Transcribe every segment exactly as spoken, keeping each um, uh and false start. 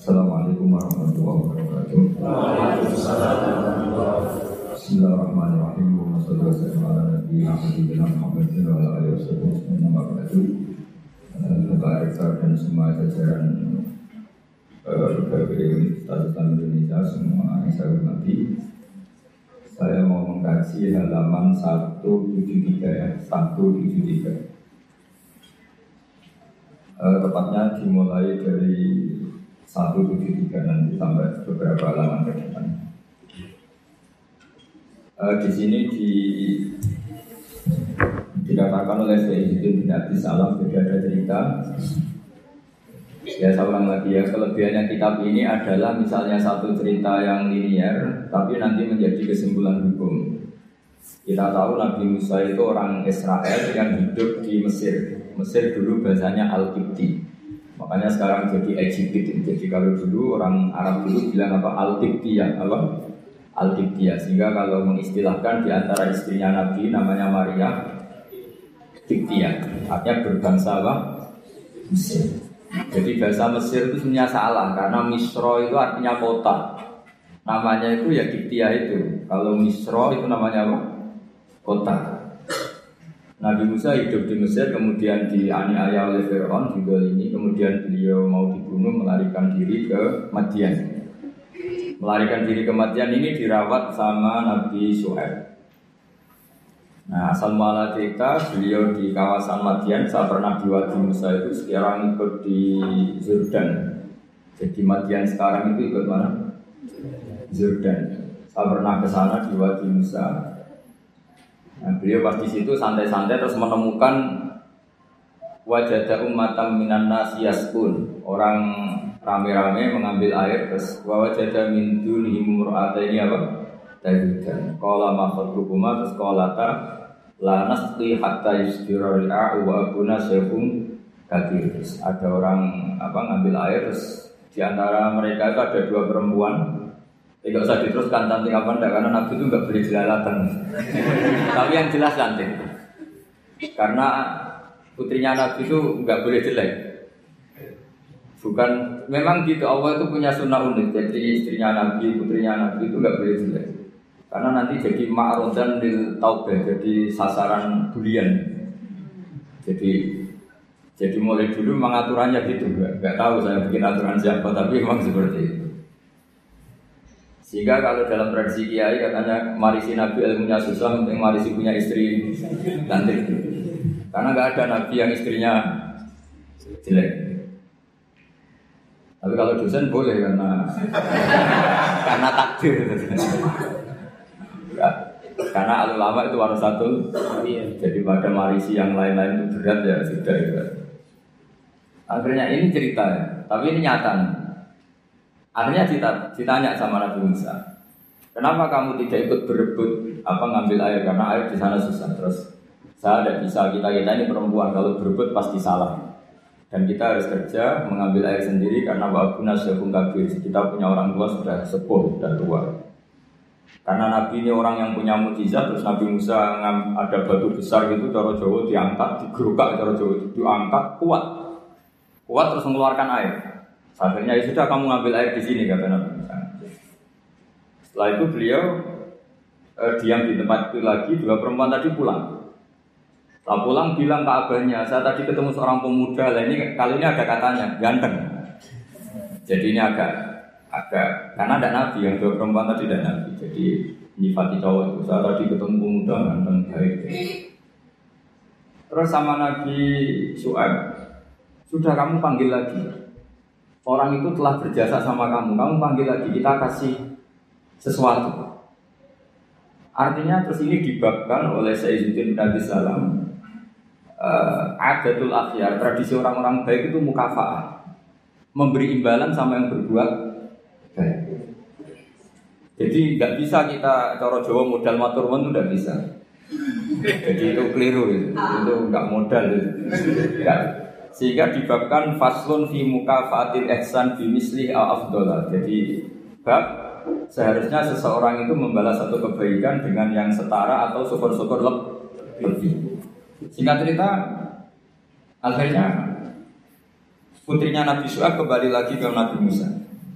Assalamualaikum warahmatullahi wabarakatuh. Bismillahirrahmanirrahim. Wassalatu wassalamu ala nabiyyina Muhammadin wa ala alihi wasallam. Semoga Rektor dan semua jajaran berbagai Universitas Islam Indonesia semua yang saya hormati. Saya mau mengkaji halaman seratus tujuh puluh tiga ya, seratus tujuh puluh tiga. Uh, tepatnya dimulai dari seratus tujuh puluh tiga nanti sampai beberapa halaman ke depan. Uh, di sini di, dikatakan oleh Sayyidina bin Abi Salam, jadi ada cerita. Ya saya ulang lagi ya, kelebihannya kitab ini adalah misalnya satu cerita yang linier, tapi nanti menjadi kesimpulan hukum. Kita tahu Nabi Musa itu orang Israel yang hidup di Mesir. Mesir dulu bahasanya Al-Qibti, makanya sekarang jadi Egypt. Jadi kalau dulu orang Arab dulu bilang apa? Al-Qibtiyah, apa? Al-Qibtiyah. Sehingga kalau mengistilahkan di antara istrinya Nabi namanya Maria Qibtiyah, artinya berbangsa apa? Mesir. Jadi bahasa Mesir itu sebenarnya salah karena Misro itu artinya kota. Namanya itu ya Qibtiyah itu. Kalau Misro itu namanya apa? Kota. Nabi Musa hidup di Mesir, kemudian dianiaya oleh Fir'aun, digolimi, kemudian beliau mau dibunuh, melarikan diri ke Madian. Melarikan diri ke Madian ini dirawat sama Nabi Syuaib. Nah, asal muala cerita, beliau di kawasan Madian, saya pernah di Wadi Musa itu, sekarang ikut di Jordan. Jadi Madian sekarang itu ikut mana? Jordan. Saya pernah ke sana di Wadi Musa. Nah, beliau pas di situ santai-santai terus menemukan wajada ummatan minan nas yaskun, orang rame-rame mengambil air, terus wajada min dunihim mur'ataini apa? Tadikan. Qala ma khatubuma, terus qala ta la nasqi hatta yusdira ri'a wa abuna sayfum kabir. Ada orang apa ngambil air, terus di antara mereka itu ada dua perempuan. Tidak usah diteruskan cantik apa enggak, karena Nabi itu enggak boleh jelalatan. Tapi yang jelas cantik. Karena putrinya Nabi itu enggak boleh jelek. Bukan, memang gitu, Allah itu punya sunnah unik. Jadi istrinya Nabi, putrinya Nabi itu enggak boleh jelek. Karena nanti jadi ma'rudan lil taubah, jadi sasaran bulian. Jadi jadi mulai dulu memang aturannya gitu. Enggak, enggak tahu saya bikin aturan siapa, tapi memang seperti itu. Sehingga kalau dalam tradisi kiai katanya marisi Nabi ilmunya susah, penting marisi punya istri cantik. Karena nggak ada Nabi yang istrinya jelek. Tapi kalau dosen boleh karena karena takdir. Ya, karena ulama itu harus satu. Jadi pada marisi yang lain-lain itu berat ya sudah ya. Akhirnya ini cerita ya, tapi ini nyata nih. Akhirnya ditanya sama Nabi Musa, kenapa kamu tidak ikut berebut apa ngambil air, karena air di sana susah. Terus saya tidak bisa, kita kita ini perempuan, kalau berebut pasti salah. Dan kita harus kerja mengambil air sendiri karena wabuna syaikhun kabir, kita punya orang tua sudah sepuh, sudah tua. Karena Nabi ini orang yang punya mukjizat, terus Nabi Musa ada batu besar gitu, cara Jawa diangkat, digerukak, cara Jawa diangkat kuat, kuat terus mengeluarkan air. Akhirnya ya sudah kamu ngambil air di sini kata Nabi Musa. Setelah itu beliau eh, diam di tempat itu lagi, dua perempuan tadi pulang. Setelah pulang bilang ke abahnya, saya tadi ketemu seorang pemuda, lah ini kali ini ada katanya ganteng. Jadi ini agak agak karena ada Nabi, yang dua perempuan tadi ada Nabi. Jadi nyifati cowok itu, saya tadi ketemu pemuda ganteng baik. Terus sama Nabi Syuaib, sudah kamu panggil lagi. Orang itu telah berjasa sama kamu, kamu panggil lagi, kita kasih sesuatu. Artinya terus ini dibabkan oleh Sayyidina bin Abi Salam, uh, adatul akhyar, tradisi orang-orang baik itu mukafa'ah, memberi imbalan sama yang berbuat baik. Jadi nggak bisa kita cara Jawa modal maturun itu nggak bisa. Jadi itu keliru itu, itu nggak modal itu. Nggak. Sehingga dibabkan faslun fi mukafaatil ihsan bi misli al-afdhala. Jadi bab seharusnya seseorang itu membalas satu kebaikan dengan yang setara atau syukur-syukur lebih. Singkat cerita, akhirnya putrinya Nabi Syuaib kembali lagi ke Nabi Musa.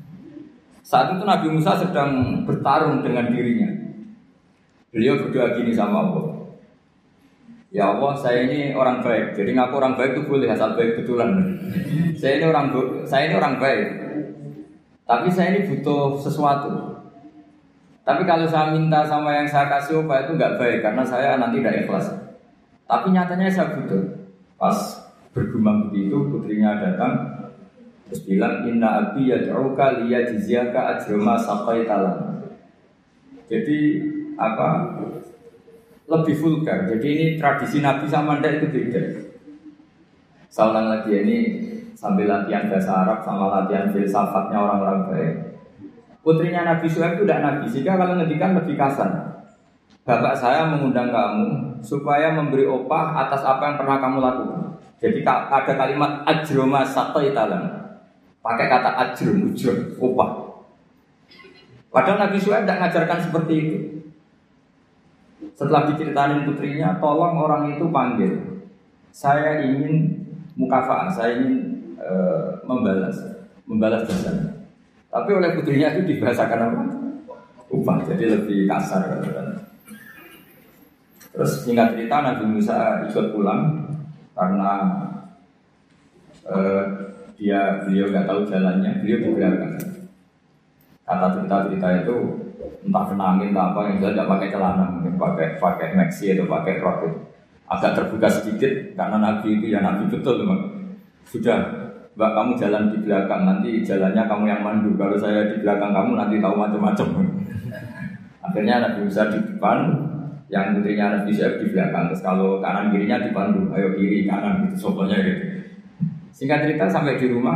Saat itu Nabi Musa sedang bertarung dengan dirinya. Beliau berdoa gini sama Allah. Ya Allah, saya ini orang baik. Jadi ngaku orang baik itu boleh asal baik betulan. saya ini orang saya ini orang baik. Tapi saya ini butuh sesuatu. Tapi kalau saya minta sama yang saya kasih upah itu enggak baik karena saya nanti tidak ikhlas. Tapi nyatanya saya butuh. Pas bergumam begitu, putrinya datang terus bilang inna abi yad'uka liyajziyaka ajra ma saqaita lana. Jadi apa? Lebih vulgar. Jadi ini tradisi Nabi sama Anda itu beda. Saya ulang lagi ini sambil latihan bahasa Arab sama latihan filsafatnya orang-orang baik. Putrinya Nabi Syuaib itu tidak Nabi, sehingga kalau ngendikan lebih kasar. Bapak saya mengundang kamu supaya memberi opah atas apa yang pernah kamu lakukan. Jadi ada kalimat ajroma saqaitalan. Pakai kata ajrum, ujur, opah. Padahal Nabi Syuaib tidak mengajarkan seperti itu. Setelah diceritain putrinya, tolong orang itu panggil. Saya ingin mukafa'ah, saya ingin e, membalas, membalas jasa. Tapi oleh putrinya itu dibahasakan apa? Upah, jadi lebih kasar. Terus singkat cerita Nabi Musa ikut pulang karena e, dia beliau nggak tahu jalannya, beliau di belakang. Kata cerita-cerita itu entah kena angin entah apa yang jelas tidak pakai celana, mungkin pakai pakai maxi atau pakai rok itu. Agak terbuka sedikit karena Nabi itu ya Nabi betul memang. Sudah, Mbak kamu jalan di belakang, nanti jalannya kamu yang mandu. Kalau saya di belakang kamu nanti tahu macam-macam. Akhirnya Nabi Musa di depan, yang putrinya Nabi Syuaib di belakang. Terus kalau kanan kirinya dipandu, ayo kiri kanan gitu soalnya gitu. Singkat cerita sampai di rumah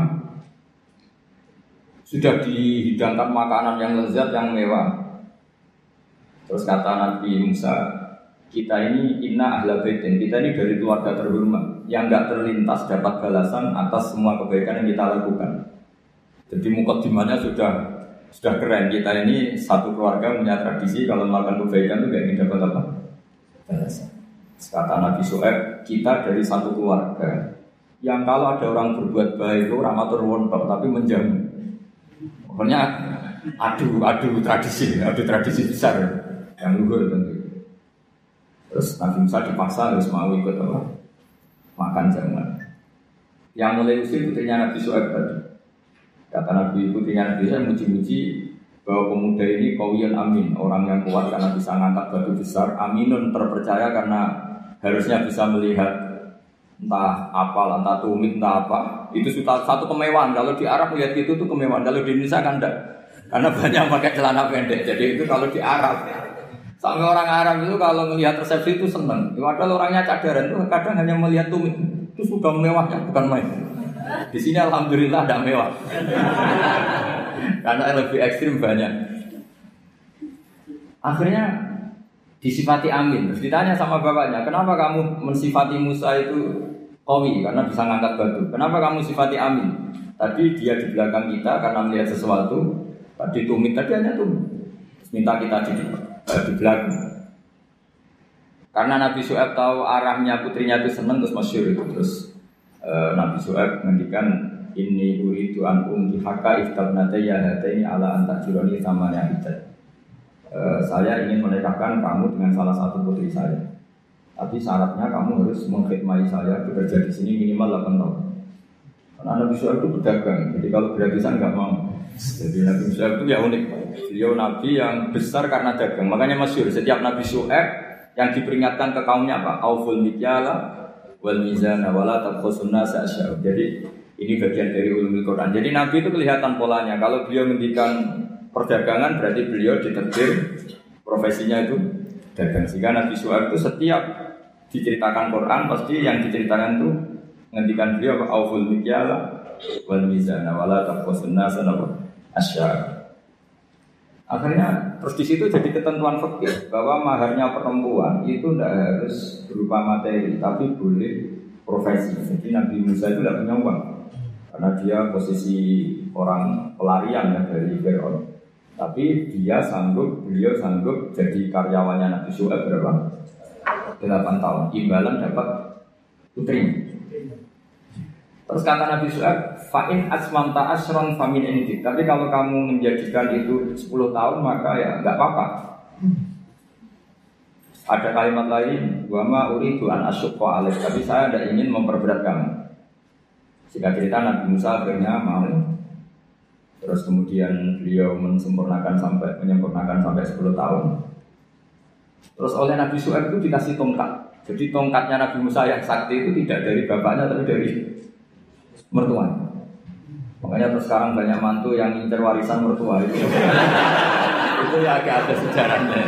sudah dihidangkan makanan yang lezat, yang mewah. Terus kata Nabi Musa, kita ini inna ahla baitin, kita ini dari keluarga terhormat yang enggak terlintas dapat balasan atas semua kebaikan yang kita lakukan. Jadi mukadimahnya sudah sudah keren. Kita ini satu keluarga punya tradisi kalau melakukan kebaikan itu enggak ingin dapat apa? Balasan. Kata Nabi Syuaib, kita dari satu keluarga yang kalau ada orang berbuat baik itu ramatur wontok tapi menjamin. Pokoknya adu, adu tradisi, adu tradisi besar yang luhur tentu. Terus Nabi Musa dipaksa harus mau ikut apa? Makan jamuan. Yang mulai usir putrinya Nabi Syuaib tadi. Kata Nabi putrinya Nabi Syuaib muji-muji bahwa pemuda ini qawiyyun amin, orang yang kuat karena bisa ngangkat batu besar, aminun terpercaya karena harusnya bisa melihat entah apa, entah tumit, entah apa. Itu sudah satu kemewahan. Kalau di Arab melihat itu tuh kemewahan. Kalau di Indonesia kan enggak. Karena banyak pakai celana pendek. Jadi itu kalau di Arab. Sampai orang Arab itu kalau melihat resepsi itu senang. Padahal orangnya cadaran itu kadang hanya melihat tumit. Itu sudah mewahnya, bukan main. Di sini alhamdulillah tidak mewah. Karena lebih ekstrim banyak. Akhirnya disifati amin. Terus ditanya sama bapaknya, kenapa kamu mensifati Musa itu qawi karena bisa ngangkat batu? Kenapa kamu sifati amin? Tadi dia di belakang kita karena melihat sesuatu. Tadi tumit, tadi hanya tumit. Minta kita di, eh, di belakang. Karena Nabi Syuaib tahu arahnya putrinya itu senang terus masyhur itu. Terus eh, Nabi Syuaib menghentikan inni uridu an unkihaka iftabnataya hataini ala antajurani samanya idat. Uh, saya ingin menikahkan kamu dengan salah satu putri saya. Tapi syaratnya kamu harus mengkhidmati saya bekerja di sini minimal delapan tahun. Karena Nabi Syuaib itu pedagang, jadi kalau gratisan nggak mau. Jadi Nabi Syuaib itu ya unik. Beliau Nabi yang besar karena dagang. Makanya masyhur setiap Nabi Syuaib yang diperingatkan ke kaumnya apa? Auful mikyala wal mizana wala tabkhasun nasa asya'u. Jadi ini bagian dari ulumul Quran. Jadi Nabi itu kelihatan polanya. Kalau beliau ngendikan perdagangan berarti beliau diterbit profesinya itu dagang. Sehingga Nabi Syuaib itu setiap diceritakan Quran pasti yang diceritakan itu ngendikan beliau auful mikyala wal mizana wala tabkhasun nasa asya'u. Akhirnya terus di situ jadi ketentuan fikih bahwa maharnya perempuan itu tidak harus berupa materi tapi boleh profesi. Jadi Nabi Musa itu tidak punya uang karena dia posisi orang pelarian ya dari Fir'aun. Tapi dia sanggup, beliau sanggup jadi karyawannya Nabi Syuaib berapa? delapan tahun. Imbalan dapat putri. Terus kata Nabi Syuaib, fa'in asmamta asron famin indik. Tapi kalau kamu menjadikan itu sepuluh tahun maka ya enggak apa-apa. Ada kalimat lain, wa ma uridu an asyqa alaik. Tapi saya tidak ingin memperberat kamu. Jika cerita Nabi Musa akhirnya mau. Terus kemudian beliau menyempurnakan sampai menyempurnakan sampai sepuluh tahun. Terus oleh Nabi Syuaib itu dikasih tongkat. Jadi tongkatnya Nabi Musa yang sakti itu tidak dari bapaknya tapi dari mertua. Makanya terus sekarang banyak mantu yang ngincer warisan mertua itu. Itu ya agak ada sejarahnya.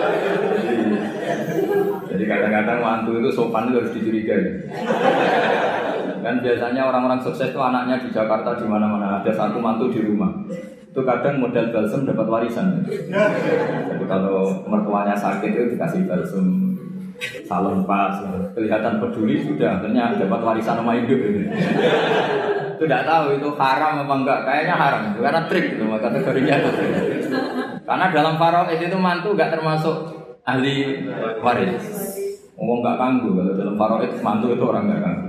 Jadi kadang-kadang mantu itu sopan itu harus dicurigai. Kan biasanya orang-orang sukses itu anaknya di Jakarta di mana-mana ada satu mantu di rumah. Itu kadang modal balsem dapat warisan. Jadi kalau mertuanya sakit itu dikasih balsem salon pas, kelihatan peduli sudah, akhirnya dapat warisan sama hidup. Itu tidak tahu itu haram apa enggak, kayaknya haram, karena trik itu kategorinya. Karena dalam faraid itu mantu enggak termasuk ahli waris. Ngomong enggak kanggu, kalau dalam faraid mantu itu orang enggak kanggu.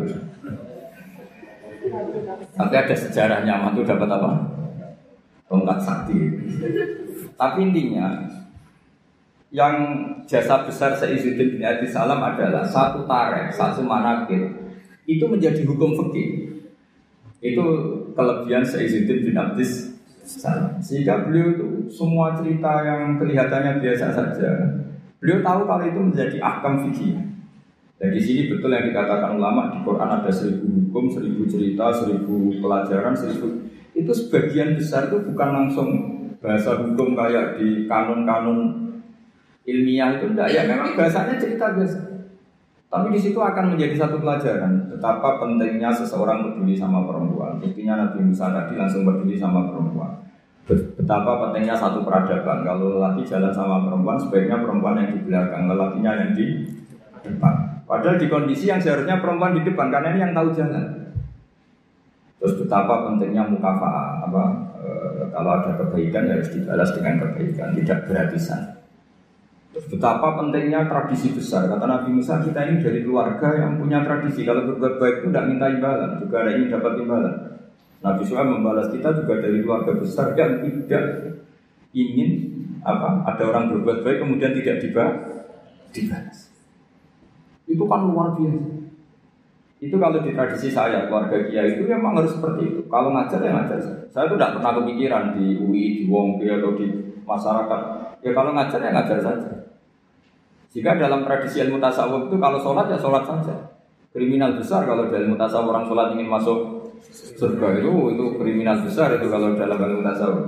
Tapi ada sejarahnya mantu dapat apa? Tongkat sakti. Tapi intinya yang jasa besar Sayyidina bin Abi Salam adalah satu tarikh, satu manakib itu menjadi hukum fikih. Itu kelebihan Sayyidina bin Abi Salam. Sehingga beliau itu semua cerita yang kelihatannya biasa saja, beliau tahu kalau itu menjadi ahkam fikih. Dan di sini betul yang dikatakan ulama di Quran ada seribu hukum, seribu cerita, seribu pelajaran, seribu itu sebagian besar itu bukan langsung bahasa hukum kayak di kanon-kanon ilmiah itu enggak ya, memang bahasanya cerita biasa. Tapi di situ akan menjadi satu pelajaran betapa pentingnya seseorang peduli sama perempuan. Buktinya Nabi Musa tadi langsung peduli sama perempuan. Betapa pentingnya satu peradaban. Kalau lelaki jalan sama perempuan, sebaiknya perempuan yang di belakang, lelakinya yang di depan. Padahal di kondisi yang seharusnya perempuan di depan, karena ini yang tahu jalan. Terus betapa pentingnya mukafa'ah, apa e, kalau ada kebaikan harus dibalas dengan kebaikan, tidak gratisan. Betapa pentingnya tradisi besar. Kata Nabi Musa, kita ini dari keluarga yang punya tradisi. Kalau berbuat baik itu tidak minta imbalan, juga ada ingin dapat imbalan. Nabi Syuaib membalas kita juga dari keluarga besar yang tidak ingin apa ada orang berbuat baik kemudian tidak dibalas. Itu kan luar biasa. Itu kalau di tradisi saya, keluarga kiai itu memang harus seperti itu. Kalau ngajar ya ngajar. Saya itu tidak pernah kepikiran di U I, di Wongke atau di masyarakat. Ya kalau ngajar ya ngajar saja. Jika dalam tradisi ilmu tasawuf itu kalau sholat ya sholat saja. Kriminal besar kalau dalam ilmu tasawuf orang sholat ingin masuk surga itu itu kriminal besar itu kalau dalam ilmu tasawuf.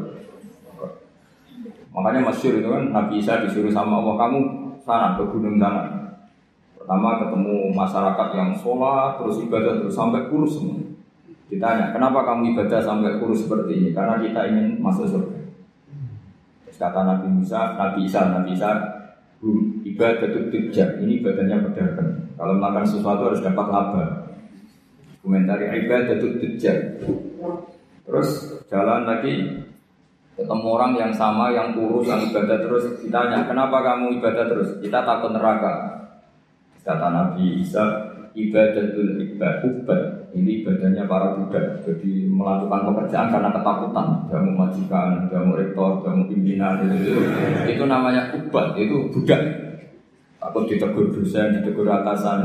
Makanya masyhur itu kan Nabi Isa disuruh sama Allah, kamu sana ke gunung sana. Pertama ketemu masyarakat yang sholat terus ibadah terus sampai kurus semua. Ditanya kenapa kamu ibadah sampai kurus seperti ini? Karena kita ingin masuk surga. Kata Nabi Musa, Nabi Isa, Nabi Isa, ibadah itu tujjar, ini ibadahnya pedagang. Kalau melakukan sesuatu harus dapat laba. Komentari ibadah itu tujjar. Terus jalan lagi, ketemu orang yang sama, yang kurus, yang ibadah terus. Ditanya, kenapa kamu ibadah terus? Kita takut neraka. Kata Nabi Isa, ibadatul ibadah. Ini ibadahnya para budak, jadi melakukan pekerjaan karena ketakutan. Jamu majikan, jamu rektor, jamu pimpinan itu, itu, itu namanya ubad, itu budak. Takut ditegur dosen, ditegur atasan.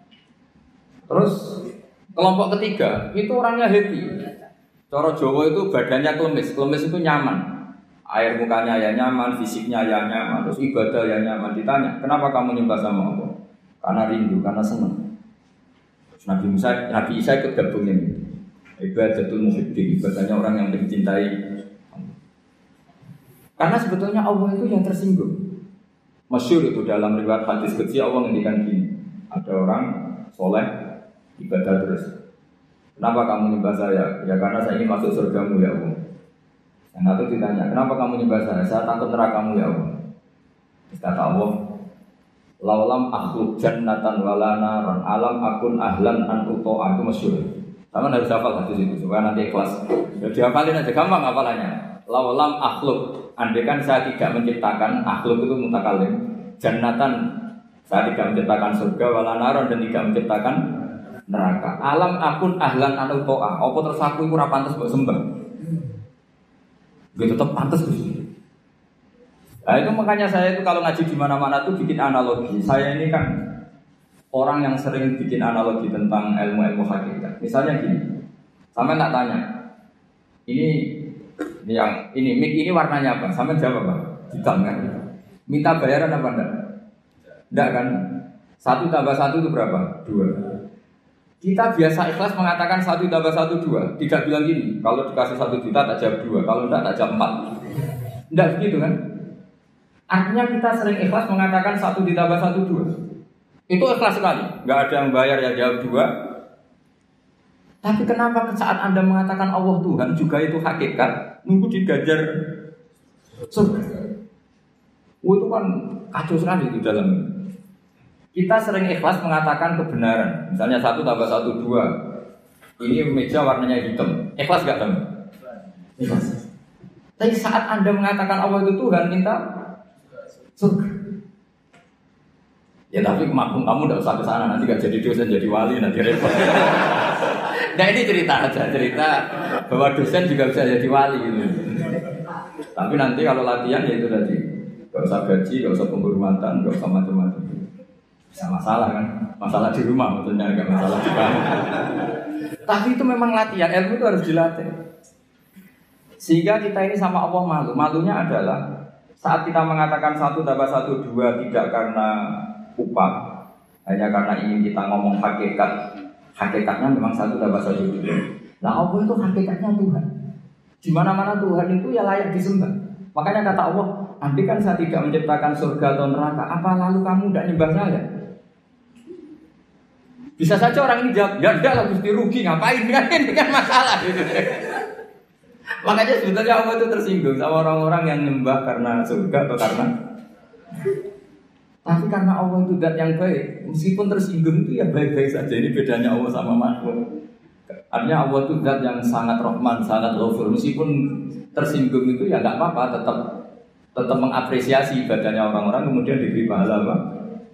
Terus kelompok ketiga itu orangnya happy. Cara Jawa itu badannya klemis, klemis itu nyaman. Air mukanya ya nyaman, fisiknya ya nyaman, terus ibadah ya nyaman. Ditanya, kenapa kamu nyembah sama Allah? Karena rindu, karena senang. Nabi Musa, Nabi Isa ikut gabungin ibadatul muhibbin, ibadahnya orang yang mencintai. Karena sebetulnya Allah itu yang tersinggung. Masyhur itu dalam riwayat hadis kecil Allah ngendikan gini, ada orang soleh ibadah terus. Kenapa kamu nyembah saya? Ya karena saya ingin masuk surgamu ya Allah. Yang satu ditanya, kenapa kamu nyembah saya? Saya takut nerakamu ya Allah. Kata Allah, laulam akhluk jannatan wala naran alam akun ahlan an uto'a. Itu masyhur. Sama harus hafal hadis itu supaya nanti ikhlas. Ya dihafalin aja gampang hafalannya. Laulam akhluk, andaikan saya tidak menciptakan, akhluk itu mutakalim, jannatan, saya tidak menciptakan surga wala naran dan tidak menciptakan neraka. Alam akun ahlan anu to'a. Apa terus aku iku ora pantes mbok sembah. Gue tetap pantes Gusti. Nah itu makanya saya itu kalau ngaji di mana-mana tuh bikin analogi. Saya ini kan orang yang sering bikin analogi tentang ilmu-ilmu hakikat. Misalnya gini, sampai tak tanya, ini, ini yang ini mic ini warnanya apa? Sampai jawab apa? Hitam kan? Minta bayaran apa enggak? Enggak kan? Satu tambah satu itu berapa? Dua. Kita biasa ikhlas mengatakan satu tambah satu dua. Tidak bilang gini, kalau dikasih satu juta tak jawab dua, kalau enggak tak jawab empat. Enggak begitu kan? Artinya kita sering ikhlas mengatakan satu ditambah satu dua. Itu ikhlas sekali. Nggak ada yang bayar yang jawab dua. Tapi kenapa saat Anda mengatakan Allah Tuhan juga itu hakikat, nunggu digajar surga? Oh, itu kan kacau sekali di dalam. Kita sering ikhlas mengatakan kebenaran. Misalnya satu tambah satu dua. Ini meja warnanya hitam. Ikhlas nggak teman? Ikhlas. Tapi saat Anda mengatakan Allah itu Tuhan, minta surga. Ya tapi makmum kamu tidak usah ke sana, nanti gak jadi dosen jadi wali nanti repot. Nah ini cerita aja, cerita bahwa dosen juga bisa jadi wali gitu. Tapi nanti kalau latihan ya itu tadi, gak usah gaji, gak usah penghormatan, gak usah macam-macam. Bisa masalah kan, masalah di rumah maksudnya, gak masalah di kamar. Tapi itu memang latihan, ilmu itu harus dilatih. Sehingga kita ini sama Allah malu. Malunya adalah saat kita mengatakan satu tambah satu dua tidak karena upah, hanya karena ingin kita ngomong hakikat. Hakikatnya memang satu tambah satu dua. Nah Allah itu hakikatnya Tuhan. Di mana-mana Tuhan itu ya layak disembah. Makanya kata Allah, andai kan saya tidak menciptakan surga atau neraka, apa lalu kamu tidak nyembah saya? Bisa saja orang ini jawab, ya enggak lah Gusti, rugi ngapain kan, ini kan masalah. Makanya sebetulnya Allah itu tersinggung sama orang-orang yang nyembah karena surga atau karena, tapi karena Allah itu zat yang baik, meskipun tersinggung itu ya baik-baik saja. Ini bedanya Allah sama makhluk. Artinya Allah itu zat yang sangat Rahman, sangat Ghafur. Meskipun tersinggung itu ya nggak apa-apa, tetap tetap mengapresiasi ibadahnya orang-orang, kemudian diberi pahala apa?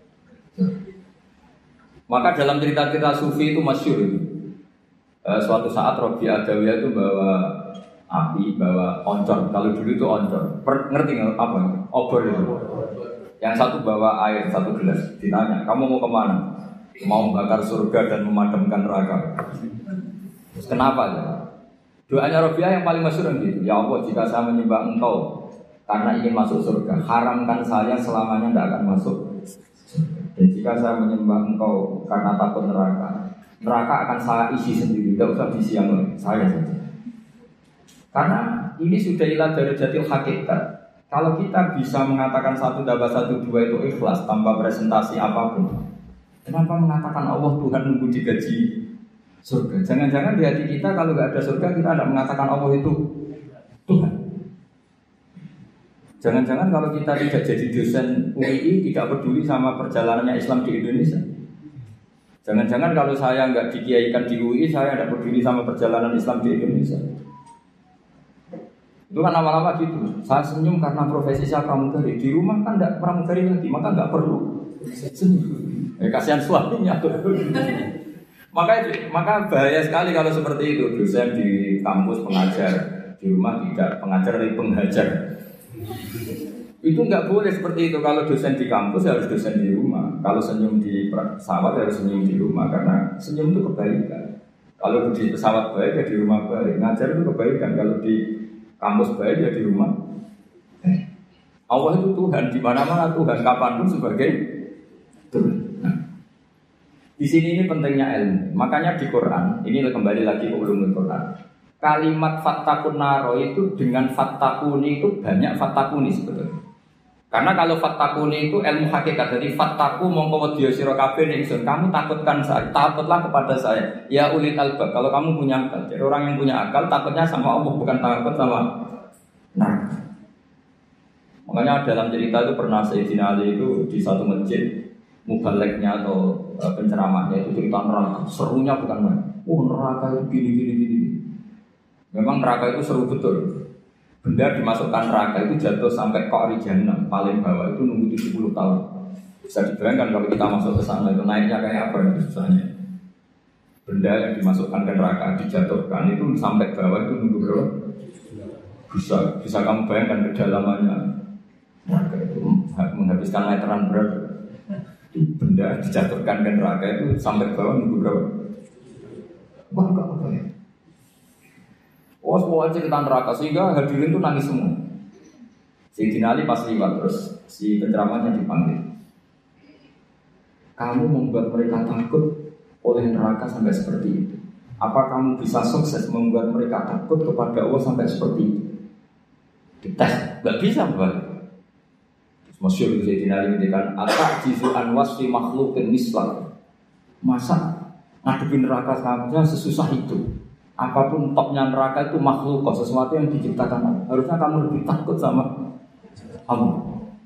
Maka dalam cerita-cerita sufi itu masyhur itu. E, suatu saat Robi Adawiyah itu bawa api, bawa oncor. Kalau dulu itu oncor. Per, ngerti nggak apa? Obor itu. Yang satu bawa air satu gelas. Ditanya, kamu mau kemana? Mau membakar surga dan memadamkan neraka. Terus kenapa ya? Doanya Robiah yang paling masyhur gitu. Ya Allah, jika saya menyembah Engkau karena ingin masuk surga, haramkan saya selamanya tidak akan masuk. Dan jika saya menyembah Engkau karena takut neraka, neraka akan saya isi sendiri, tidak usah diisi yang lain, saya saja. Karena ini sudah ilah dari jatil hakikat. Kalau kita bisa mengatakan satu tambah satu dua itu ikhlas tanpa presentasi apapun, kenapa mengatakan Allah Tuhan nunggu digaji surga? Jangan-jangan di hati kita kalau nggak ada surga kita tidak mengatakan Allah itu Tuhan. Jangan-jangan kalau kita tidak jadi dosen U I I tidak peduli sama perjalanannya Islam di Indonesia. Jangan-jangan kalau saya nggak dikiaikan di U I I saya tidak peduli sama perjalanan Islam di Indonesia. Itu kan lama-lama gitu. Saya senyum karena profesi saya pramugari. Di rumah kan tidak pramugari lagi, maka nggak perlu senyum. Eh, kasihan suaminya. maka maka bahaya sekali kalau seperti itu. Dosen di kampus pengajar, di rumah tidak pengajar tapi penghajar. Itu nggak boleh seperti itu. Kalau dosen di kampus harus dosen di rumah. Kalau senyum di pesawat harus senyum di rumah karena senyum itu kebaikan. Kalau di pesawat baik ya di rumah baik. Ngajar itu kebaikan. Kalau di kampus baik ya di rumah. Eh, Allah itu Tuhan di mana-mana Tuhan kapanpun sebagai Tuhan. Nah, di sini ini pentingnya ilmu. Makanya di Quran ini kembali lagi ke ulumul Quran. Kalimat fattakun naro itu dengan fattakuni itu banyak fattakuni sebetulnya. Karena kalau fattakuni itu ilmu hakikat. Jadi fattaku mongko wedya sira kabeh ingsun. Kamu takutkan saya, takutlah kepada saya. Ya ulil albab. Kalau kamu punya akal. Jadi orang yang punya akal takutnya sama Allah bukan takut sama neraka. Makanya dalam cerita itu pernah Sayyidina Ali itu di satu masjid mubaliknya atau penceramahnya itu cerita neraka. Serunya bukan main. Oh neraka itu gini gini gini. Memang neraka itu seru betul. Benda dimasukkan neraka itu jatuh sampai kok Jahannam paling bawah itu nunggu tujuh puluh tahun. Bisa dibayangkan kalau kita masuk ke sana itu naiknya kayak apa itu susahnya. benda yang dimasukkan ke neraka dijatuhkan itu sampai bawah itu nunggu berapa? Bisa, bisa kamu bayangkan kedalamannya neraka itu menghabiskan meteran berat. Benda dijatuhkan ke neraka itu sampai bawah nunggu berapa? Wah, enggak apa ya? Oh, semua cerita neraka sehingga hadirin itu nangis semua. Sayyidina Ali pas liwat terus si penceramahnya dipanggil. Kamu membuat mereka takut oleh neraka sampai seperti itu. Apa kamu bisa sukses membuat mereka takut kepada Allah sampai seperti itu? Dites, nggak bisa buat. Masyhur Sayyidina Ali mengatakan, "Atak jizu an wasfi makhluqin mislah." Masa ngadepin neraka saja sesusah itu? Apapun topnya neraka itu makhluk, sesuatu yang diciptakan Allah. Harusnya kamu lebih takut sama Allah.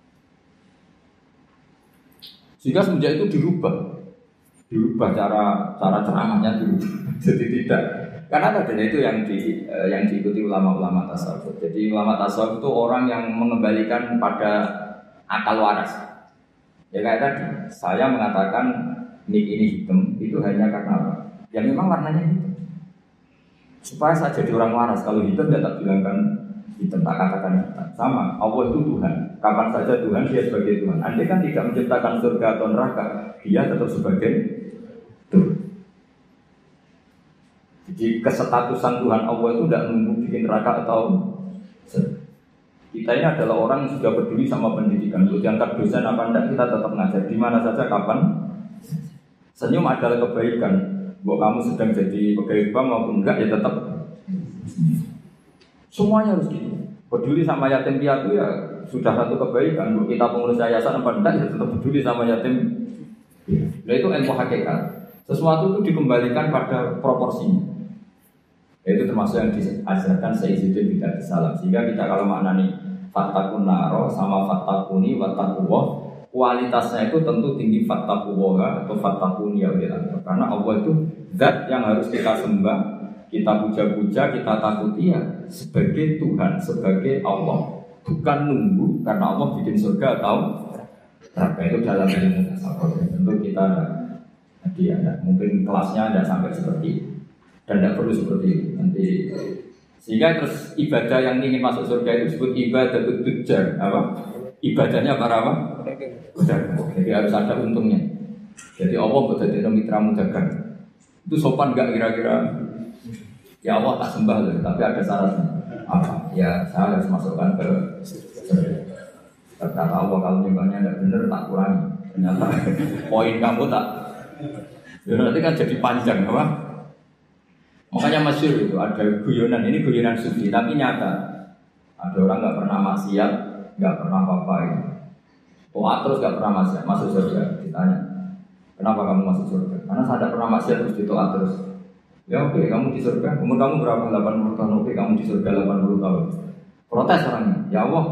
Sehingga semenjak itu dirubah, dirubah cara cara ceramahnya dirubah. Jadi tidak, karena tadi itu yang di eh, yang diikuti ulama-ulama tasawuf. Jadi ulama tasawuf itu orang yang mengembalikan pada akal waras. Ya kayak tadi, saya mengatakan nik ini hitam itu hanya karena apa? Ya memang warnanya hitam. Supaya saya jadi orang waras, kalau hitam tidak tak bilangkan hitam, tak katakan hitam. Sama, Allah itu Tuhan. Kapan saja Tuhan, dia sebagai Tuhan. Andai kan tidak menciptakan surga atau neraka, dia tetap sebagai Tuhan. Jadi kesetatusan Tuhan Allah itu tidak nunggu bikin neraka atau kita ini adalah orang yang sudah peduli sama pendidikan. Kalau diangkat dosen apa enggak, kita tetap ngajar di mana saja, kapan. Senyum adalah kebaikan. Bahwa kamu sedang jadi pegawai bank maupun enggak, ya tetap semuanya harus gitu. Peduli sama yatim piatu ya sudah satu kebaikan. Bahwa kita pengurus yayasan apa enggak, ya tetap peduli sama yatim. Nah itu ilmu hakikat. Sesuatu itu dikembalikan pada proporsinya. Itu termasuk yang diajarkan Sayyiduddin Bid'ah Salam. Sehingga kita kalau maknani fattaqun naro sama fattaquni wattaqullah, kualitasnya itu tentu tinggi fattaqullah atau fattaquni ya Allah. Karena Allah itu zat yang harus kita sembah, kita puja-puja, kita takuti ya sebagai Tuhan, sebagai Allah. Bukan nunggu karena Allah bikin surga atau neraka. Itu dalam ilmu tasawuf. Tentu kita nanti ada mungkin kelasnya ada sampai seperti itu. Dan tidak perlu seperti itu nanti. Sehingga terus ibadah yang ingin masuk surga itu disebut ibadah tujar. Apa? Ibadahnya para apa? Pedagang. Jadi harus ada untungnya. Jadi Allah berarti mitra dagang. Itu sopan enggak kira-kira? Ya Allah tak sembah loh, tapi ada syaratnya. Apa? Ya saya harus masukkan ke surga. Kata Allah kalau nyembahnya tidak benar tak kurangi. Ternyata poin kamu tak. Ya nanti kan jadi panjang, apa? Makanya masyhur itu ada guyonan, ini guyonan sufi tapi nyata. Ada orang nggak pernah maksiat, nggak pernah apa-apa. Oh terus nggak pernah maksiat, masuk surga. Ditanya, kenapa kamu masuk surga? Karena saya tidak pernah maksiat terus ditolak terus. Ya oke, okay, kamu di surga. Umur kamu berapa? delapan puluh tahun. Oke, okay, kamu di surga delapan puluh tahun. Protes orangnya. Ya Allah,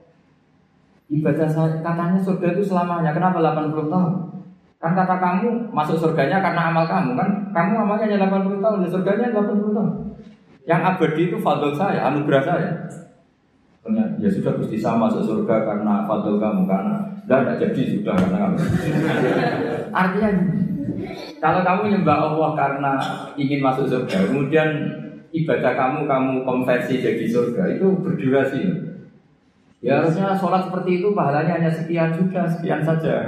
ibadah saya katanya surga itu selamanya. Kenapa delapan puluh tahun? Kan kata kamu masuk surganya karena amal kamu kan. Kamu amalnya hanya delapan puluh tahun, dan surganya delapan puluh tahun. Yang abadi itu fadl saya, anugerah saya. Ternyata, ya sudah Gusti saya masuk surga karena fadl kamu, karena tidak jadi sudah karena kamu. Artinya kalau kamu nyembah Allah karena ingin masuk surga, kemudian ibadah kamu kamu konversi jadi surga, itu berdurasi. Ya harusnya sholat seperti itu pahalanya hanya sekian juga, sekian saja.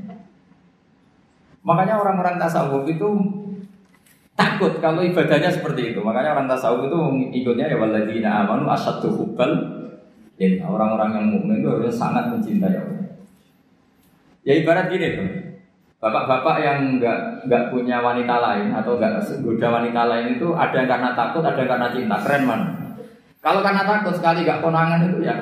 Makanya orang-orang tasawuf itu takut kalau ibadahnya seperti itu. Makanya orang tasawuf itu ikutnya ya walladzina amanu asyaddu hubbal. Ya orang-orang yang mukmin itu harus sangat mencintai Allah. Ya ibarat gini tuh. Bapak-bapak yang enggak enggak punya wanita lain atau enggak goda wanita lain itu ada yang karena takut, ada yang karena cinta. Keren man. Kalau karena takut sekali enggak konangan itu ya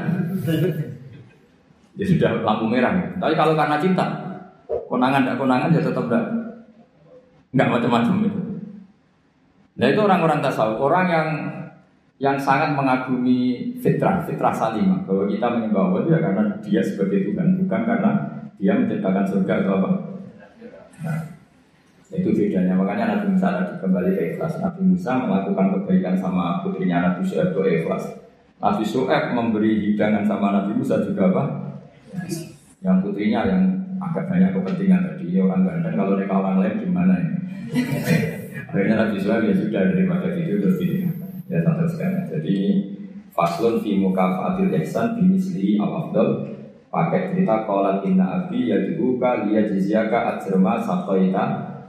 ya sudah lampu merah. Tapi kalau karena cinta, konangan tidak konangan ya tetap tidak nggak macam-macam itu. Nah itu orang-orang tasawuf, orang yang yang sangat mengagumi fitrah, fitrah salimah, bahwa kita menyembah Allah itu ya karena dia sebagai Tuhan, bukan karena dia menciptakan surga atau apa. Nah, itu bedanya. Makanya Nabi Musa tadi kembali ke ikhlas. Nabi Musa melakukan kebaikan sama putrinya Nabi Syuaib itu ikhlas. Nabi Syuaib memberi hidangan sama Nabi Musa juga apa? Yang putrinya yang agak banyak kepentingan tadi orang ganteng, kalau mereka orang lain gimana ya? Akhirnya Nabi Suhaib ya sudah daripada itu lebih ya santai sekali. Jadi faslun fi mukafatil ihsan bimisli al-afdal. Pakai cerita qalat inna abi yad'uka liyajziyaka ajrama saqaita.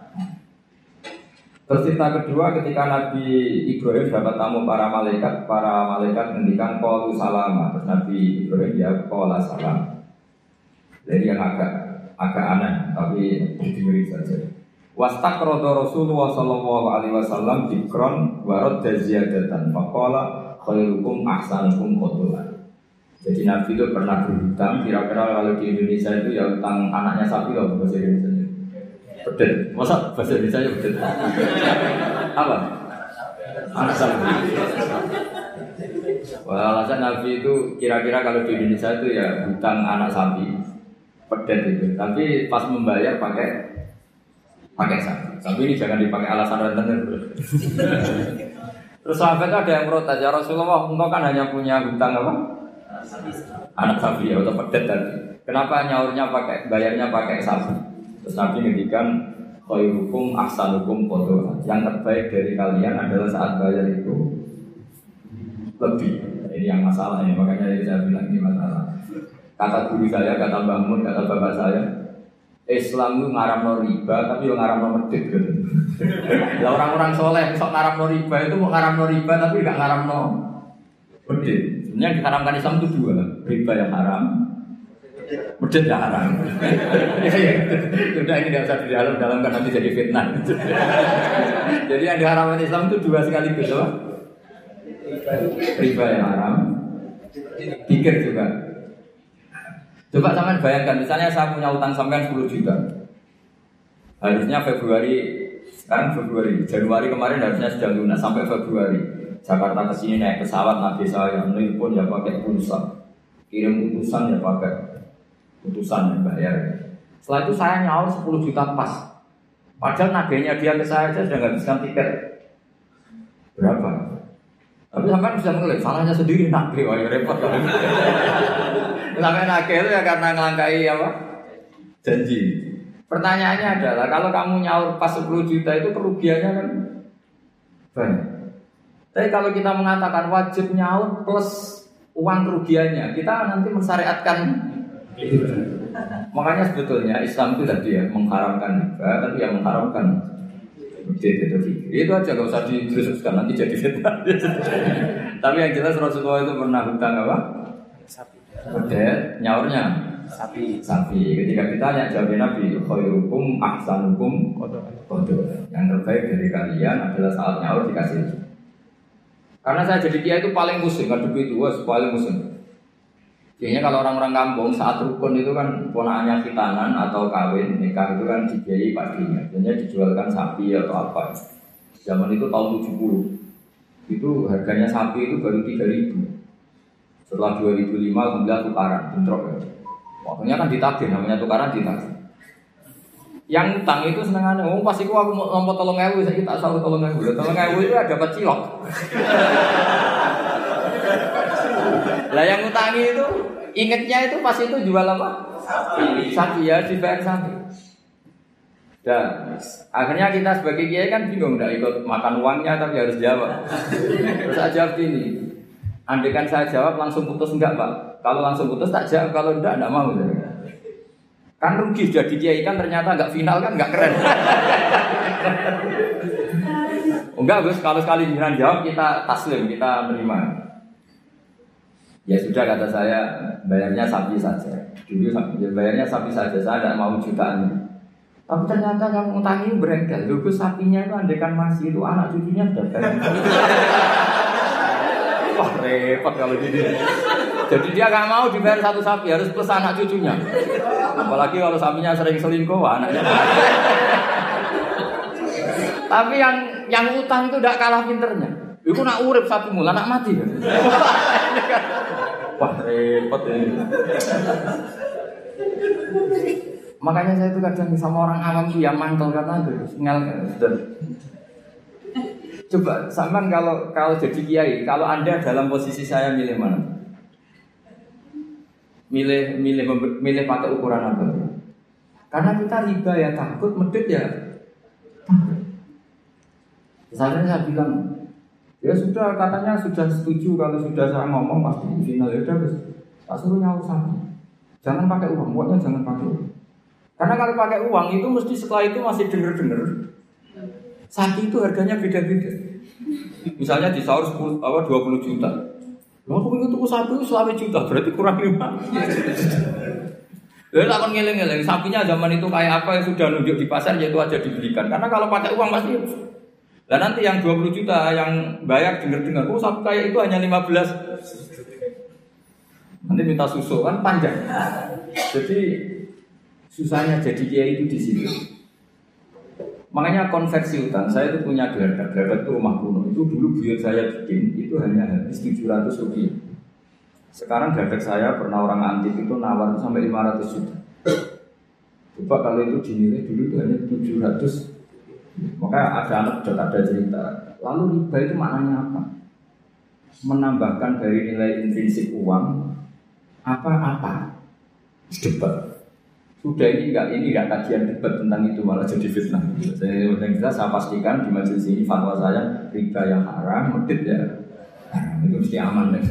Terus cerita kedua ketika Nabi Ibrahim dapat tamu para malaikat, para malaikat ngendikan qalu salama. Terus Nabi Ibrahim ya qala salam. Jadi yang agak agak aneh tapi diberi saja. Wastaqrada Rasulullah sallallahu alaihi wasallam dzikron wa radda ziyadatan faqala khairukum ahsanukum qatlan. Jadi Nabi itu pernah berhutang, kira-kira kalau di Indonesia itu ya hutang anaknya sapi loh bahasa Indonesia. Bedet. Masa bahasa Indonesia ya bedet? Apa? Anak sapi. Wah, alasan Nabi itu kira-kira kalau di Indonesia itu ya hutang anak sapi. Pedet itu. Tapi pas membayar pakai pakai sapi. Tapi ini jangan dipakai alasan rentenir. Terus sahabat ada yang protes, ya Rasulullah, engkau kan hanya punya hutang apa? Anak sapi ya, atau pedet tadi. Kenapa nyaurnya pakai, bayarnya pakai sapi? Terus Nabi ngendikan, khairukum ahsanukum qadha. Yang terbaik dari kalian adalah saat bayar itu lebih. Ini yang masalah ini, makanya saya bilang ini masalah. Kata guru saya, kata Mbah Mun, kata bapak saya, Islam itu ngaramno riba, tapi yang ngaramno medit gitu. Lah orang-orang soleh, sok ngaramno riba itu mau ngaramno riba, tapi nggak ngaramno medit. Sebenarnya diharamkan Islam itu dua, riba yang haram, medit yang haram. Sudah ini nggak usah didalam-dalamkan nanti jadi fitnah. Jadi yang diharamkan Islam itu dua sekaligus, loh. Riba yang haram, pikir juga. Coba sampean bayangkan, misalnya saya punya utang sampean sepuluh juta. Harusnya Februari, sekarang Februari, Januari kemarin harusnya sudah lunas sampai Februari. Jakarta ke sini naik pesawat Nabi saya, nelpon ya pakai pulsa. Kirim utusan ya pakai utusan yang bayar. Setelah itu saya nyaur sepuluh juta pas. Padahal nagenya dia ke saya saja sudah menghabiskan tiket. Berapa? Tapi sampean bisa mengelak, salahnya sendiri nagih, wah ya repot kalau gitu. Sampai nagih itu ya karena ngelangkai apa? Janji. Pertanyaannya adalah kalau kamu nyaur pas sepuluh juta itu kerugiannya kan banyak. Tapi kalau kita mengatakan wajib nyaur plus uang kerugiannya, kita nanti mensyariatkan itu. Makanya sebetulnya Islam itu tadi ya mengharamkan riba, tapi yang mengharamkan medit itu itu aja gak usah diteruskan nanti jadi fitnah. Tapi yang jelas Rasulullah itu pernah hutang apa? Sapi. Medit, nyaurnya sapi. Sapi. Ketika ditanya jawabnya Nabi, khairukum ahsanukum qadha. Yang terbaik dari kalian adalah saat nyaur dikasih. Karena saya jadi kiai itu paling pusing, ngadepi itu wes paling pusing. Kayaknya kalau orang-orang kampung saat rukun itu kan ponakannya khitanan atau kawin nikah itu kan dibiayai paginya, biasanya dijualkan sapi atau apa. Zaman itu tahun tujuh puluh itu harganya sapi itu baru tiga ribu. Setelah dua ribu lima alhamdulillah tukaran, bentrok ya. Waktunya kan ditagih, namanya tukaran ditagih. Yang utang itu senengannya, oh pasti aku mau lompat tolong ewu, saya tak selalu tolong ewu, tolong ewu itu ada dapat cilok. Lah yang utangi itu ingetnya itu pas itu jual apa? Sapi. Sapi ya dibayar sapi. Dan akhirnya kita sebagai kiai kan bingung, tidak ikut makan uangnya tapi harus jawab. Terus saya jawab gini, andaikan saya jawab langsung putus enggak Pak? Kalau langsung putus tak jawab, kalau enggak enggak mau. Kan rugi jadi kiai kan ternyata enggak final kan enggak keren. Enggak Gus, kalau sekali jiran jawab kita taslim, kita menerima. Ya sudah kata saya, bayarnya sapi saja. Dulu bayarnya sapi saja, saya tidak mau jutaan. Tapi ternyata kamu utangi berengkel. Dulu sapinya itu andekan masih itu anak cucunya sudah bayar. Wah repot kalau gini. Jadi dia nggak mau dibayar satu sapi, harus plus anak cucunya. Apalagi kalau sapinya sering selingkuh, anaknya. Tapi yang yang utang itu tidak kalah pinternya. Itu nak urip sapi mula, nak mati. Wah repot ini. Makanya saya itu kadang sama orang awam itu yang mantel karena itu ngal. Coba sampean kalau kalau jadi kiai, kalau Anda dalam posisi saya milih mana? Milih milih milih pakai ukuran apa? Karena kita riba ya takut, medit ya. Saya saya bilang, ya sudah katanya sudah setuju kalau sudah saya ngomong pasti final ya udah guys. Tak suruh nyawa sapi. Jangan pakai uang, pokoknya jangan pakai uang. Karena kalau pakai uang itu mesti setelah itu masih denger-denger. Sapi itu harganya beda-beda. Misalnya di sahur sepuluh apa dua puluh juta. Lah aku pengen tuku sapi selama juta, berarti kurang lima. Lalu akan ngeleng-ngeleng, sapinya zaman itu kayak apa yang sudah nunjuk di pasar, yaitu aja dibelikan. Karena kalau pakai uang pasti. Dan nanti yang dua puluh juta yang bayar dengar-dengar, oh sapi kayak itu hanya lima belas. Nanti minta susu kan panjang. Jadi susahnya jadi kiai itu di situ. Makanya konversi hutan, saya itu punya geladak, geladak itu rumah kuno. Itu dulu buyut saya bikin, itu hanya habis tujuh ratus rupiah. Sekarang geladak saya pernah orang antik itu nawar sampai lima ratus juta. Coba kalau itu dinilai dulu itu hanya tujuh ratus. Maka ada anak sudah ada cerita. Lalu riba itu maknanya apa? Menambahkan dari nilai intrinsik uang apa-apa. Debat. Sudah ini enggak ini enggak kajian debat tentang itu malah jadi fitnah. Saya yang jelas saya pastikan di majelis ini fatwa saya riba yang haram, medit ya. Haram itu mesti aman deh.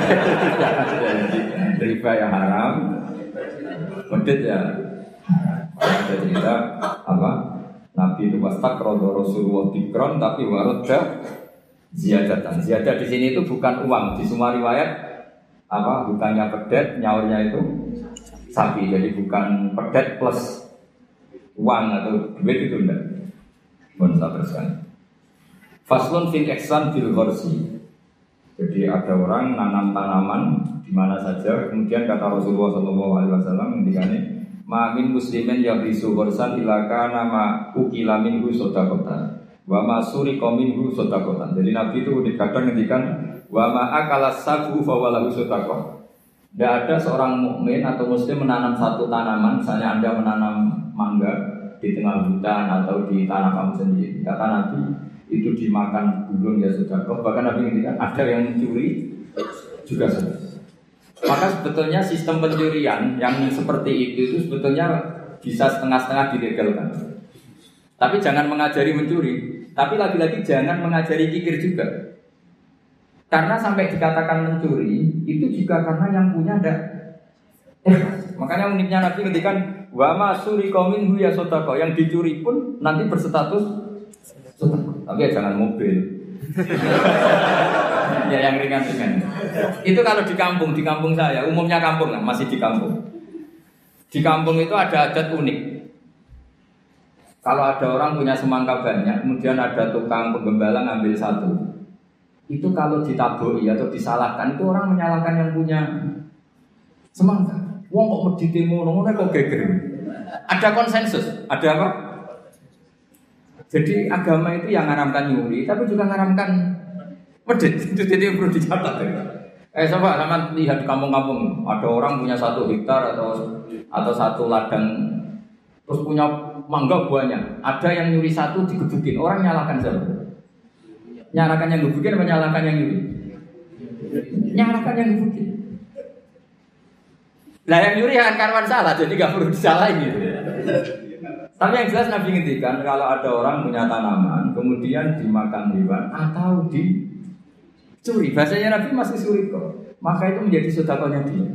Riba yang haram, medit ya. Ada cerita apa? Nabi itu wastak rodo Rasulullah dikron tapi waroda ziyadatan. Ziyadah di sini itu bukan uang. Di semua riwayat apa? Bukannya pedet, nyaurnya itu sapi. Jadi bukan pedet plus uang atau duit itu enggak. Mohon saya teruskan. Faslun fil ihsan bil gharsi. Jadi ada orang nanam tanaman di mana saja. Kemudian kata Rasulullah sallallahu alaihi wasallam ngendikane ma min muslimin yang bisu gharsan ilaka nama ukila minhu sedaqatan wa ma suriqa minhu sedaqatan. Jadi Nabi itu kadang ngendikan wa ma akala sabu fa walahu sedaqah. Tidak ada seorang mukmin atau muslim menanam satu tanaman, misalnya Anda menanam mangga di tengah hutan atau di tanah kamu sendiri. Kata Nabi, itu dimakan burung ya sudah kok. Bahkan Nabi ngendikan ada yang mencuri juga sudah. Maka sebetulnya sistem pencurian yang seperti itu itu sebetulnya bisa setengah-setengah dilegalkan. Tapi jangan mengajari mencuri. Tapi lagi-lagi jangan mengajari kikir juga. Karena sampai dikatakan mencuri itu juga karena yang punya ada. Eh, makanya uniknya Nabi ngendikan wa ma suriqa minhu ya sodaqah. Yang dicuri pun nanti berstatus sodaqah. Tapi ya jangan mobil. Ya yang ringan-ringan. Itu kalau di kampung, di kampung saya, umumnya kampung lah, masih di kampung. Di kampung itu ada adat unik. Kalau ada orang punya semangka banyak, kemudian ada tukang penggembala ngambil satu. Itu kalau ditabui atau disalahkan, itu orang menyalahkan yang punya semangka. Wong kok medite ngono, ngono kok geger. Ada konsensus, ada apa? Jadi agama itu yang ngaramkan nyuri, tapi juga ngaramkan medit. Itu jadi perlu dicatat ya. Eh coba sama lihat di kampung-kampung, ada orang punya satu hektar atau atau satu ladang, terus punya mangga banyak. Ada yang nyuri satu digebukin, orang nyalakan siapa? Nyalakan yang gebukin apa nyalakan yang nyuri? Nyalakan yang gebukin. Lah yang nyuri akan karuan salah, jadi gak perlu disalahin gitu. Tapi yang jelas Nabi ngendikan kalau ada orang punya tanaman kemudian dimakan hewan atau dicuri, bahasanya Nabi masih suri kok, maka itu menjadi sedekahnya dia.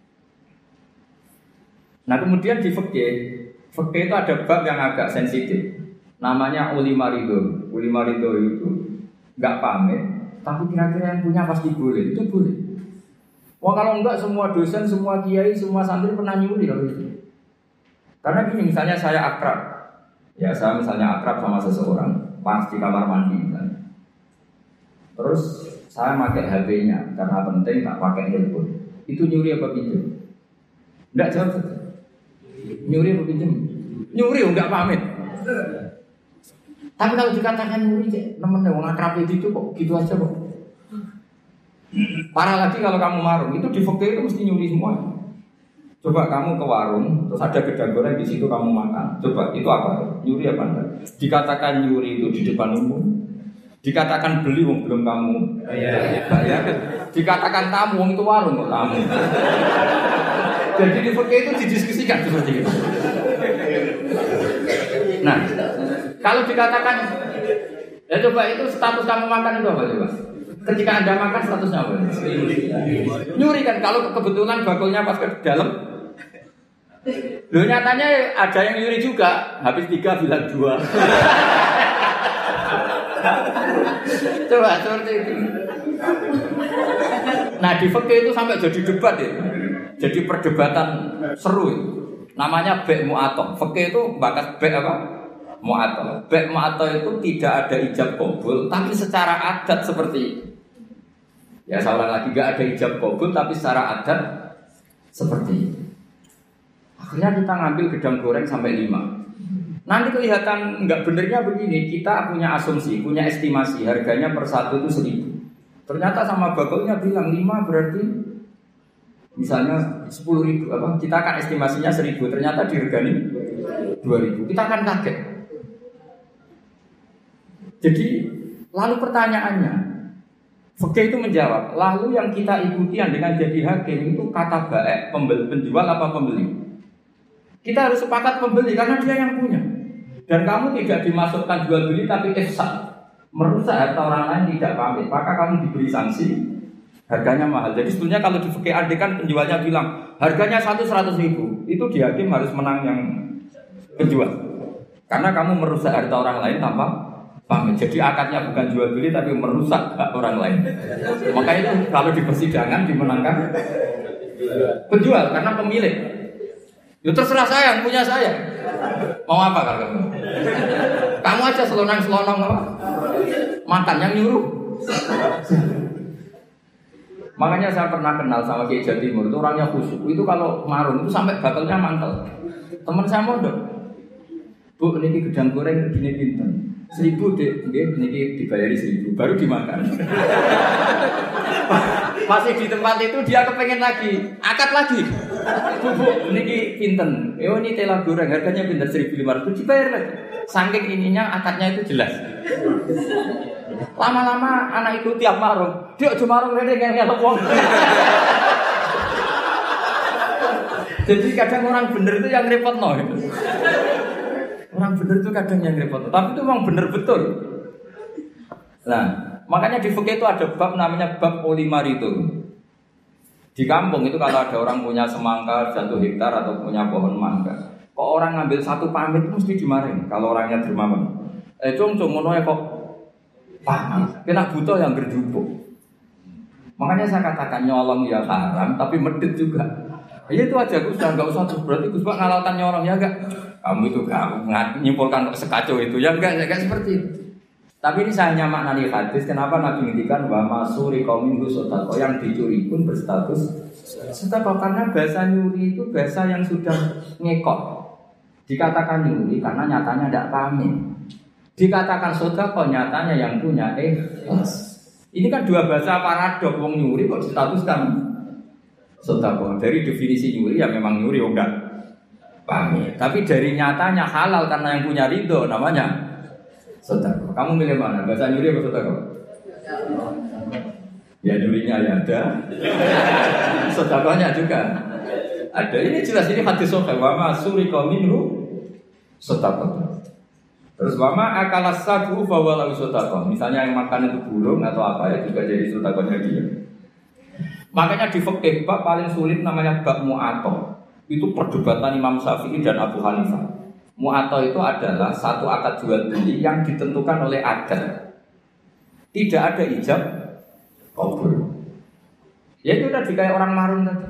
Nah kemudian di fikih, fikih itu ada bab yang agak sensitif, namanya ulima ridho. Ulima ridho itu nggak pamit, tapi kira-kira yang punya pasti boleh, itu boleh. Wah kalau enggak semua dosen, semua kiai, semua santri pernah nyuri kalau itu. Karena gini, misalnya saya akrab, ya saya misalnya akrab sama seseorang, pas di kamar mandi misalnya. Terus saya pakai H P-nya karena penting, tak pakai handphone. Itu nyuri apa pinjam? Enggak jawab saja. Nyuri apa pinjam? Nyuri enggak pamit. Tapi kalau dikatakan nyuri, temen yang akrab itu kok gitu aja kok. Parah lagi kalau kamu marung, itu di fikih itu mesti nyuri semua. Coba kamu ke warung, terus ada gedang goreng di situ kamu makan. Coba itu apa? Nyuri apa enggak? Dikatakan nyuri itu di depan umum. Dikatakan beli wong belum kamu bayar. Ya, dikatakan tamu wong itu warung kok tamu. Jadi di fikih itu didiskusikan seperti itu. Nah, kalau dikatakan Ya coba itu status kamu makan itu apa coba? Ketika Anda makan statusnya apa? Nyuri kan kalau kebetulan bakulnya pas ke dalam. Loh nyatanya ada yang nyuri juga, habis tiga bilang dua. Coba seperti itu. Nah di fikih itu sampai jadi debat ya. Jadi perdebatan seru itu. Namanya bek mu'athah. Fikih itu bakas bek apa? Mu'athah. Bek mu'athah itu tidak ada ijab qabul, tapi secara adat seperti itu. Ya saya ulang lagi, gak ada ijab qabul, tapi secara adat seperti itu. Akhirnya kita ngambil gedang goreng sampai lima. Nanti kelihatan nggak benernya begini, kita punya asumsi, punya estimasi harganya per satu itu seribu. Ternyata sama bakulnya bilang lima berarti misalnya sepuluh ribu. Apa? Kita akan estimasinya seribu, ternyata diregani dua ribu. Kita akan kaget. Jadi lalu pertanyaannya, fikih itu menjawab. Lalu yang kita ikuti dengan jadi hakim itu kata baik pembeli, penjual apa pembeli? Kita harus sepakat pembeli karena dia yang punya. Dan kamu tidak dimasukkan jual beli tapi ifsad, merusak harta orang lain tidak pamit, maka kamu diberi sanksi harganya mahal. Jadi sebetulnya kalau di fikih ade kan penjualnya bilang harganya satu seratus ribu, itu di hakim harus menang yang penjual. Karena kamu merusak harta orang lain tanpa pamit. Jadi akadnya bukan jual beli tapi merusak hak orang lain. Maka itu kalau di persidangan dimenangkan penjual karena pemilik. Ya terserah saya, yang punya saya. Mau apa kalau kamu? Kamu aja selonang-selonong apa? Makan yang nyuruh. Makanya saya pernah kenal sama Kiai Jawa Timur, itu orangnya khusyuk. Itu kalau marun itu sampai bakalnya mantel. Teman saya mondok. Bu, ini gedang goreng begini pinten. Seribu deh, ini dibayari seribu, baru dimakan. Masih di tempat itu dia kepengen lagi, akad lagi. Bu, bu, ini pinten. Eh, ini tela goreng, harganya pinten seribu lima ratus, dibayar lagi. Saking ininya akadnya itu jelas. Lama-lama anak itu tiap marung, dia cuma marung rene ngene wong. Jadi kadang orang bener itu yang repot no. Orang bener itu kadang yang repot, tapi itu memang bener betul. Nah, makanya di fikih itu ada bab namanya bab polimar itu. Di kampung itu kalau ada orang punya semangka satu hektar atau punya pohon mangga, kok orang ngambil satu pamit itu mesti dimarahin. Kalau orangnya dermawan, eh cung cung ngono ya kok paham, kena butuh yang berjubuk. Makanya saya katakan nyolong ya haram, tapi medit juga. Ya itu aja Gus, nggak usah terus berarti Gus Pak ngalautan nyolong ya enggak. Kamu itu kamu nyimpulkan sekacau itu ya enggak, enggak seperti itu. Tapi ini saya hanya maknani hadis. Kenapa Nabi ngintikan bahwa masuri kaumin husotako yang dicuri pun berstatus sotako karena bahasa nyuri itu bahasa yang sudah ngekot. Dikatakan nyuri karena nyatanya tidak pamit. Dikatakan sotako nyatanya yang punya eh. Ini kan dua bahasa paradok. Wong nyuri kok statuskan sotako. Dari definisi nyuri ya memang nyuri oh enggak pamit. Tapi dari nyatanya halal karena yang punya ridho namanya sodako. Kamu milih mana? Bahasa nyuri apa sodako? Ya nyurinya ya ada, sodakonya juga ada. Ini jelas ini hadis sahih. Wama suriko minhu sodako. Terus wama akalas sabu fawalahu sodako. Misalnya yang makan itu burung atau apa ya juga jadi sodakonya dia. Makanya di fikih bab paling sulit namanya bab mu'athah. Itu perdebatan Imam Syafi'i dan Abu Hanifah. Mu'athah itu adalah satu akad jual beli yang ditentukan oleh adat. Tidak ada ijab qabul. Ya itu tadi kayak orang marun tadi.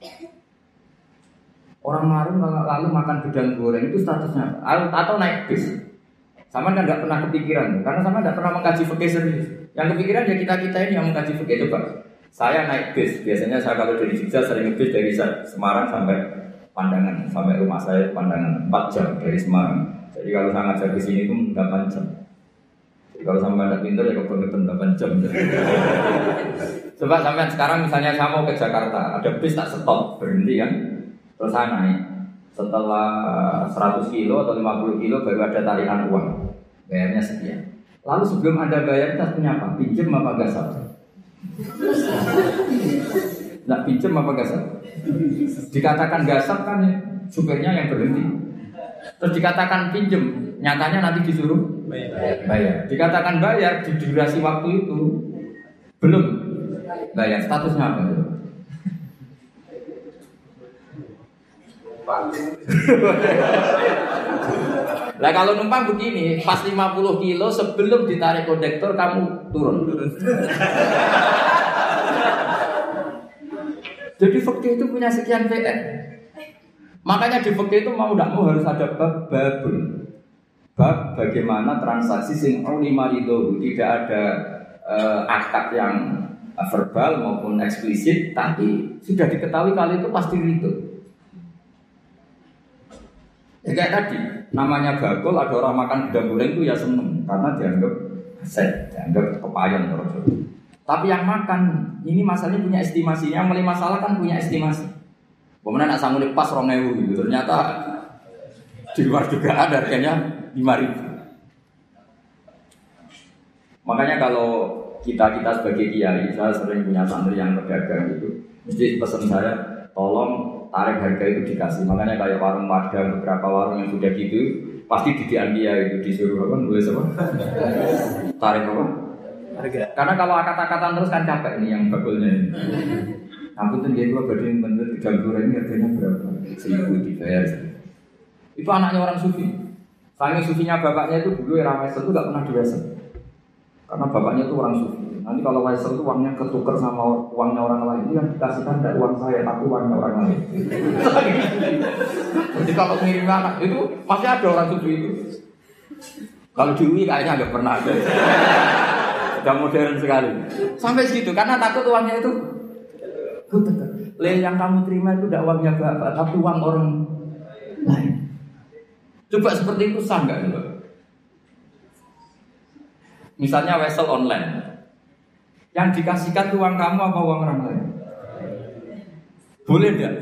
Orang marun lalu makan gedang goreng itu statusnya atau naik bis. Sama kan nggak pernah kepikiran karena sama nggak pernah mengkaji fikih serius. Yang kepikiran ya kita-kita ini yang mengkaji fikih. Coba saya naik bis. Biasanya saya kalau dari Jogja sering bis dari Semarang sampai Pandangan, sampai rumah saya Pandangan empat jam dari Semarang. Jadi kalau saya ngajar ke sini itu delapan jam. Jadi kalau sampai ada pintar ya kebangetan delapan jam. Coba sampai sekarang misalnya saya mau ke Jakarta, ada bis tak stop, berhenti kan, terus saya naik. Setelah seratus kilo atau lima puluh kilo baru ada tarikan uang, bayarnya sekian. Lalu sebelum Anda bayar kita punya apa? Pinjam apa gasap? Nggak pinjam apa gasap? Dikatakan gasap kan supirnya yang berhenti. Terus dikatakan pinjem, nyatanya nanti disuruh bayar. Dikatakan bayar di durasi waktu itu belum bayar. Statusnya apa itu? Lah kalau numpang begini, pas lima puluh kilo sebelum ditarik kondektor kamu turun. Jadi fikih itu punya sekian P R. Makanya di fikih itu mau tidak mau harus ada bab babul. Bab bagaimana transaksi sing lima itu tidak ada uh, akad yang verbal maupun eksplisit, tapi sudah diketahui kali itu pasti ridho. Ya kayak tadi, namanya bakul, ada orang makan gedang goreng itu ya seneng karena dianggap aset, dianggap kepayan terus. Tapi yang makan ini masalahnya punya estimasi, yang mulai masalah kan punya estimasi. Kemudian nak sanggup pas rong ewu gitu, ternyata di luar juga ada harganya lima ribu. Makanya kalau kita kita sebagai kiai, saya sering punya santri yang pedagang gitu, mesti pesan saya, tolong tarik harga itu dikasih. Makanya kayak warung Padang, beberapa warung yang sudah gitu pasti didian dia itu disuruh apa? Boleh apa? Tarik apa? Harga. Karena kalau akad-akatan terus kan capek nih yang bakulnya ini. Aku tuh dia dua badan bener gedang goreng ini harganya berapa? Seribu dibayar. Itu anaknya orang sufi. Saking sufinya bapaknya itu dulu era Wesel itu nggak pernah diwasel. Karena bapaknya itu orang sufi. Nanti kalau Wesel itu uangnya ketukar sama uangnya orang lain, itu yang dikasihkan dari uang saya, tapi uangnya orang lain. Jadi kalau ngirim anak itu pasti ada orang sufi itu. Kalau di U I kayaknya nggak pernah ada. Sudah modern sekali. Sampai segitu karena takut uangnya itu ketukar. Le yang kamu terima itu tidak uangnya bapak, tapi uang orang lain. Coba seperti itu sah nggak? Misalnya Wesel online, yang dikasihkan uang kamu apa uang orang lain? Boleh tidak?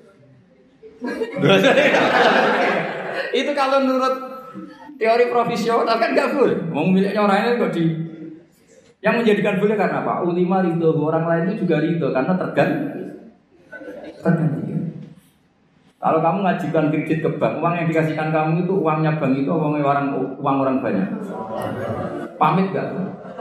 Itu kalau menurut teori profesional kan nggak boleh. Mau miliknya orang lain kok di. Yang menjadikan boleh karena apa? Ulima ridho, orang lain itu juga ridho karena terganti. Terganti. Kalau kamu ngajukan kredit ke bank, uang yang dikasihkan kamu itu uangnya bank itu uangnya orang uang orang banyak. Pamit gak?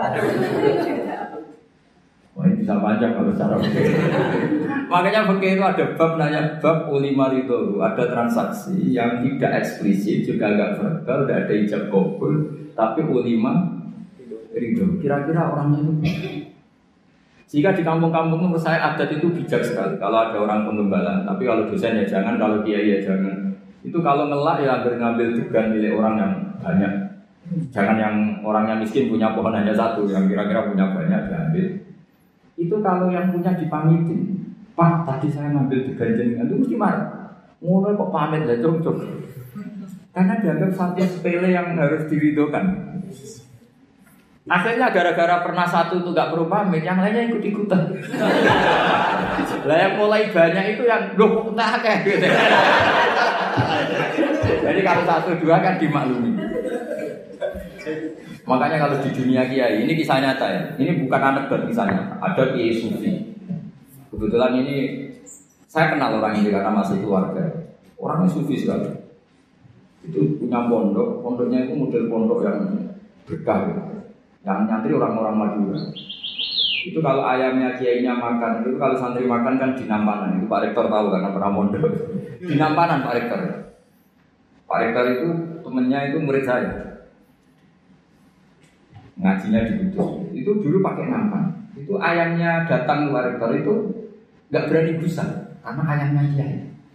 Wah ini bisa panjang kalau secara fikih. Makanya fikih itu ada bab nanya bab ulima ridho, ada transaksi yang tidak eksplisit juga agak verbal, tidak ada ijab kabul, tapi ulima ridho. Kira-kira orangnya itu. Jika di kampung-kampung menurut saya adat itu bijak sekali. Kalau ada orang penggembalaan, tapi kalau dosen ya jangan, kalau kiai ya jangan. Itu kalau ngelak ya hampir ngambil juga milik orang yang banyak. Jangan yang orangnya miskin punya pohon hanya satu, yang kira-kira punya banyak diambil. Itu kalau yang punya dipamitin. Pak, tadi saya ngambil degan jenengan itu mesti marah. Ngono kok pamit ya cocok. Karena dianggap satu sepele yang harus diridhokan. Akhirnya gara-gara pernah satu itu gak perlu pamit, yang lainnya ikut-ikutan. Lah yang mulai banyak itu yang loh kok tak akeh gitu. Jadi kalau satu dua kan dimaklumi. Makanya kalau di dunia kiai, ini kisah nyata ya. Ini bukan anekdot kisahnya. Ada kiai sufi. Kebetulan ini saya kenal orang ini karena masih keluarga. Orangnya sufi sekali. Itu punya pondok, pondoknya itu model pondok yang berkah gitu. Yang nyantri orang-orang Madura. Itu kalau ayamnya kiainya makan, itu kalau santri makan kan di Nampanan. Itu Pak Rektor tahu karena pernah mondok. Di Nampanan Pak Rektor. Pak Rektor itu temennya itu murid saya. Ngajinya di Kudus. Itu dulu pakai nampan. Itu ayamnya datang Pak Rektor itu nggak berani busa karena ayamnya kiai.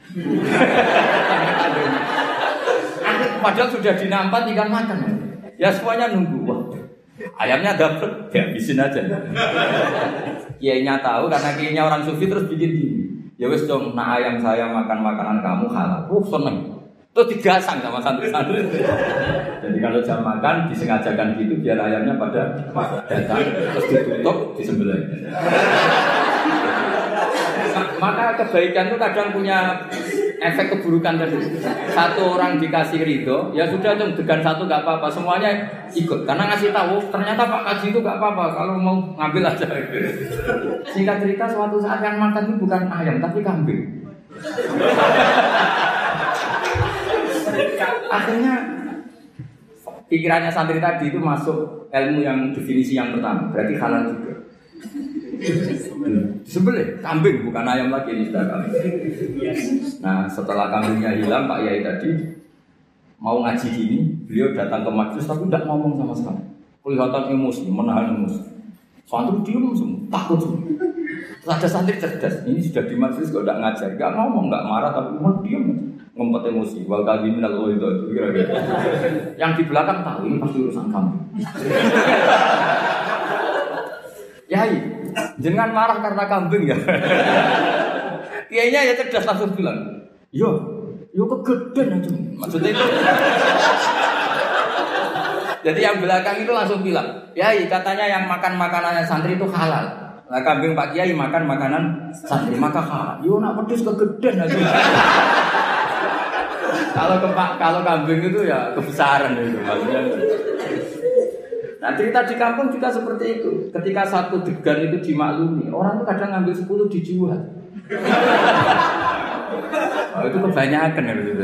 Padahal sudah dinampan tinggal makan. Ya semuanya nunggu. Wah, ayamnya dapat, ya habisin aja. Kiainya tahu karena kiainya orang sufi terus bikin gini. Ya wes dong, nah ayam saya makan makanan kamu halal. Oh seneng. Terus digasang sama santri-santri. Jadi kalau jam makan disengajakan gitu biar ayamnya pada datang terus ditutup disembelih. Maka kebaikan itu kadang punya efek keburukan tadi. Satu orang dikasih ridho, ya sudah dong degan satu gak apa-apa, semuanya ikut. Karena ngasih tahu ternyata Pak Kaji itu gak apa-apa, kalau mau ngambil aja. Singkat cerita suatu saat yang makan itu bukan ayam tapi kambing. Akhirnya pikirannya santri tadi itu masuk ilmu yang definisi yang pertama, berarti halal juga. Disembelih kambing bukan ayam lagi ini sudah kambing. Nah setelah kambingnya hilang Pak Yai tadi mau ngaji gini, beliau datang ke majelis tapi tidak ngomong sama sekali. Kelihatan emosi, menahan emosi. Santri diem semua, takut semua. Terus ada santri cerdas, ini sudah di majelis kok tidak ngajar, nggak ngomong, nggak marah tapi mau diem, ngempet emosi. Wal kadhimin al itu kira-kira. Yang di belakang tahu ini pasti urusan kamu. Yai, jangan marah karena kambing ya. Kayaknya ya cerdas langsung bilang, yo, yo kegedean aja. Maksudnya itu. Jadi yang belakang itu langsung bilang, Yai katanya yang makan makanannya santri itu halal. Nah kambing Pak Kiai makan makanan santri maka halal. Yo nak pedes kegedean aja. Kalau ke kalau kambing itu ya kebesaran itu maksudnya. Nah cerita di kampung juga seperti itu. Ketika satu degan itu dimaklumi, orang itu kadang ngambil sepuluh dijual. Oh, itu kebanyakan ya gitu.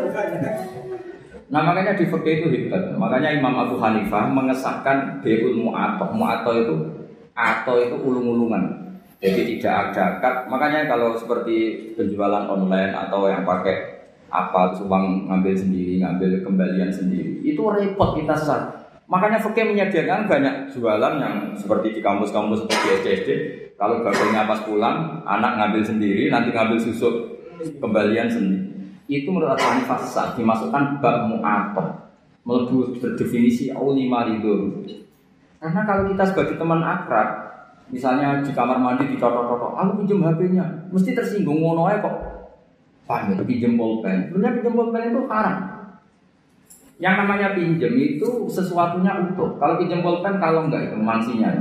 Nah makanya di fikih itu hebat. Makanya Imam Abu Hanifah mengesahkan beul mu'atoh. Mu'atoh itu atau itu ulung-ulungan. Jadi tidak ada akad. Makanya kalau seperti penjualan online atau yang pakai apa uang ngambil sendiri, ngambil kembalian sendiri, itu repot kita sesat. Makanya fikih menyediakan banyak jualan yang seperti di kampus-kampus seperti S D S D. Kalau bapaknya pas pulang, anak ngambil sendiri, nanti ngambil susu kembalian sendiri. Itu menurut Hanifah sah dimasukkan bab mu'atoh, melebu berdefinisi aulima ridho. Karena kalau kita sebagai teman akrab, misalnya di kamar mandi dicocok-cocok, aku pinjam H P-nya, mesti tersinggung ngono ae kok. Pak, itu pinjam pulpen. Sebenarnya pinjam pulpen itu haram. Yang namanya pinjam itu sesuatunya utuh. Kalau pinjam pulpen kalau enggak itu mansinya.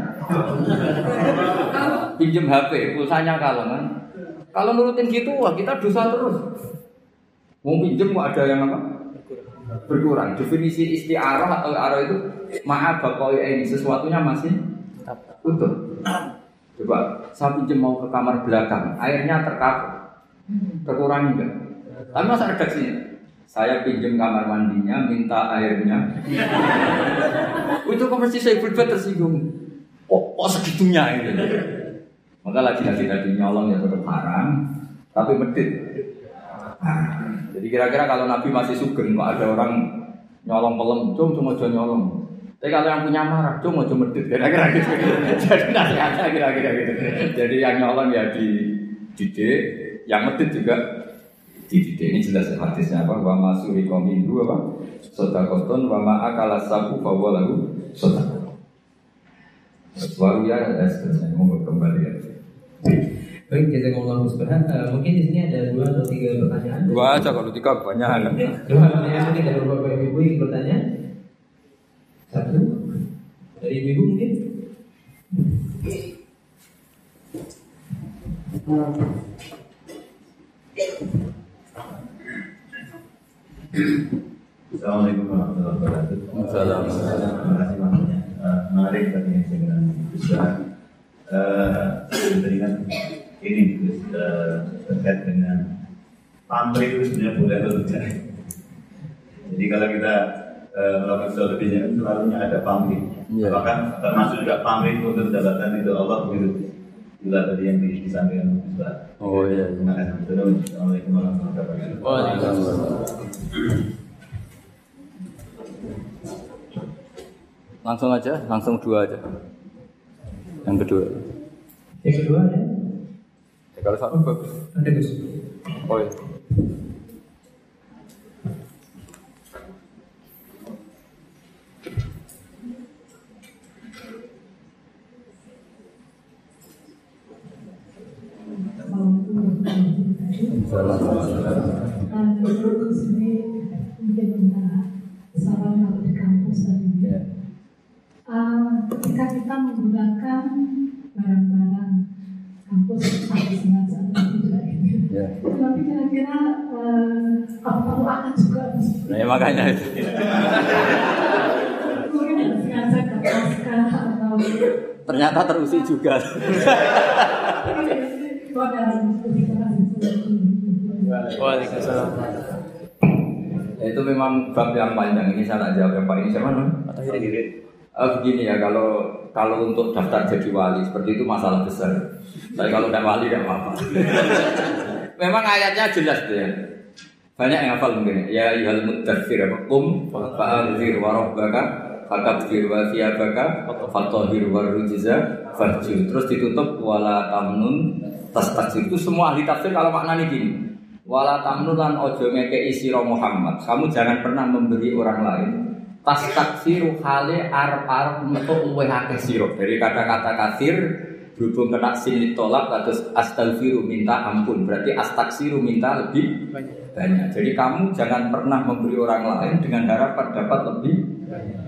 Pinjam H P, pulsanya kalau kan. Kalau nurutin gitu, wah kita dosa terus. Mau pinjam kok ada yang apa? Berkurang. Definisi isti'arah atau arah itu maaf bapak ini sesuatunya masih utuh. Coba saya pinjam mau ke kamar belakang, airnya terkapur, terkurangi enggak? Tapi masa redaksinya? Saya pinjam kamar mandinya, minta airnya. Itu kok mesti saya berbuat tersinggung. Oh, kok segitunya ini? Maka lagi-lagi tadi nyolong ya tetap haram, tapi medit. Nah, jadi kira-kira kalau Nabi masih sugeng, kok ada orang nyolong pelem, cung cuma aja nyolong. Tapi kalau yang punya marah, cung aja medit. Kira-kira gitu. Jadi nasihatnya kira-kira gitu. Jadi yang nyolong ya dididik, yang medit juga dididik. Ini jelas hadisnya apa? Wa masuri qamindu apa? Sedekahun wa ma akala sabu fa wa lahu sedekah. Suara ya ada sebenarnya mau kembali ya. Baik, jazakumullah khairan. Uh, mungkin di sini ada dua atau tiga pertanyaan. Dua aja kalau tiga banyak. Dua pertanyaan mungkin dari bapak ibu yang bertanya. Satu dari ibu mungkin. Assalamualaikum warahmatullahi wabarakatuh. Assalamualaikum. Terima kasih makanya. Menarik tadi yang saya kira bisa berikan ini terkait dengan pamrih itu sebenarnya boleh atau tidak. Jadi kalau kita melakukan sesuatu biasanya selalunya ada pamrih. Yeah. Bahkan termasuk juga pamrih untuk jabatan itu Allah begitu. Bila tadi yang disampaikan Ustaz. Oh iya. Terima kasih. Assalamualaikum warahmatullahi wabarakatuh. Waalaikumsalam. Langsung aja, langsung dua aja. Yang kedua. Yang kedua ya. Ya, kalau satu bagus. Ada Gus. Oh iya. Ketika kita menggunakan barang-barang kampus sampai sengaja tidak ini, tapi kira-kira apa perlu akan juga? Nah, ya makanya itu. Mungkin sengaja ke naskah atau ternyata terusik juga. Waalaikumsalam. Itu memang bab yang panjang. Ini saya tak jawab yang Pak ini siapa namanya? Atau diri. Uh, begini ya, kalau kalau untuk daftar jadi wali seperti itu masalah besar. Tapi kalau tidak wali tidak apa-apa. Memang ayatnya jelas tuh ya. Banyak yang hafal mungkin. Ya ayyuhal mudaththir qum fa'anzir wa rabbaka fakabbir wa thiyabaka fatahhir wa rujza fahjur. Terus ditutup wala tamnun tastakbir. Itu semua ahli tafsir kalau maknanya gini. Wala tamnun lan ojo ngekeki sira Muhammad. Kamu jangan pernah memberi orang lain. Tastakbiru hale arep-arep metu luwih akeh sira. Dari kata-kata kafir berhubung kena sin ditolak terus astaghfiru minta ampun. Berarti astaghfiru minta lebih banyak. banyak. Jadi kamu jangan pernah memberi orang lain dengan harapan dapat lebih banyak.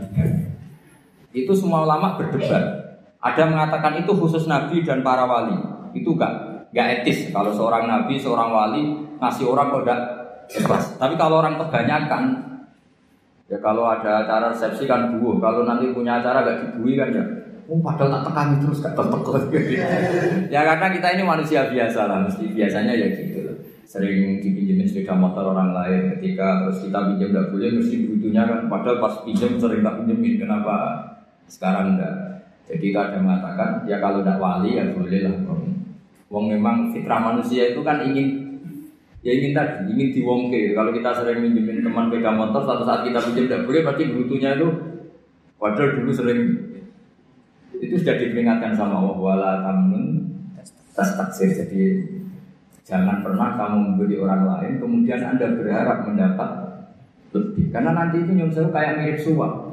Itu semua ulama berdebat. Ada mengatakan itu khusus nabi dan para wali. Itu enggak enggak etis kalau seorang nabi, seorang wali ngasih orang kok enggak bebas. Tapi kalau orang kebanyakan ya kalau ada acara resepsi kan buuh, kalau nanti punya acara gak dibuih kan ya, oh padahal tak tekani terus gak tertekut. Ya karena kita ini manusia biasa lah, mesti biasanya ya gitu loh. Sering dipinjemin sepeda motor orang lain, ketika terus kita pinjam gak boleh, mesti butuhnya kan, padahal pas pinjam sering tak pinjemin, kenapa sekarang enggak? Jadi kita ada mengatakan, ya kalau gak wali ya boleh lah. Wong memang fitrah manusia itu kan ingin ya ingin tadi, ingin diwongke. Kalau kita sering minjemin teman sepeda motor, suatu saat kita pinjam tidak boleh, berarti butuhnya itu padahal dulu sering itu sudah diperingatkan sama Allah wala tamnun tastaksir. Jadi jangan pernah kamu memberi orang lain kemudian Anda berharap mendapat lebih, karena nanti itu nyusul kayak mirip suap.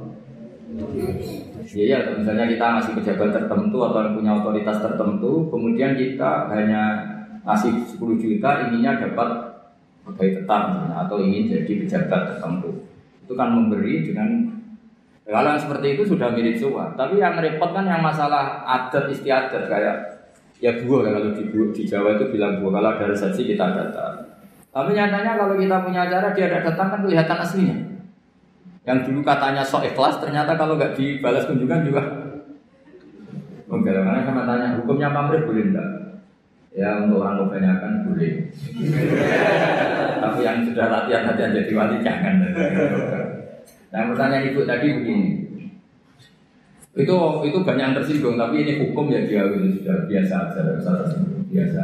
Iya ya, misalnya kita ngasih pejabat tertentu atau yang punya otoritas tertentu, kemudian kita hanya ngasih sepuluh juta inginnya dapat pegawai tetap atau ingin jadi pejabat tertentu. Itu kan memberi dengan kalau yang seperti itu sudah mirip suap. Tapi yang repot kan yang masalah adat istiadat kayak ya buah, kalau di, di Jawa itu bilang buah, kalau ada resepsi kita datang. Tapi nyatanya kalau kita punya acara dia ada datang kan kelihatan aslinya. Yang dulu katanya sok ikhlas ternyata kalau nggak dibalas kunjungan juga. Oke, karena saya tanya hukumnya pamrih boleh enggak? Ya untuk orang kebanyakan boleh. Tapi yang sudah latihan-latihan jadi wali jangan. Nah pertanyaan ibu tadi begini. Itu itu banyak yang tersinggung, tapi ini hukum ya dia itu sudah biasa saja, biasa.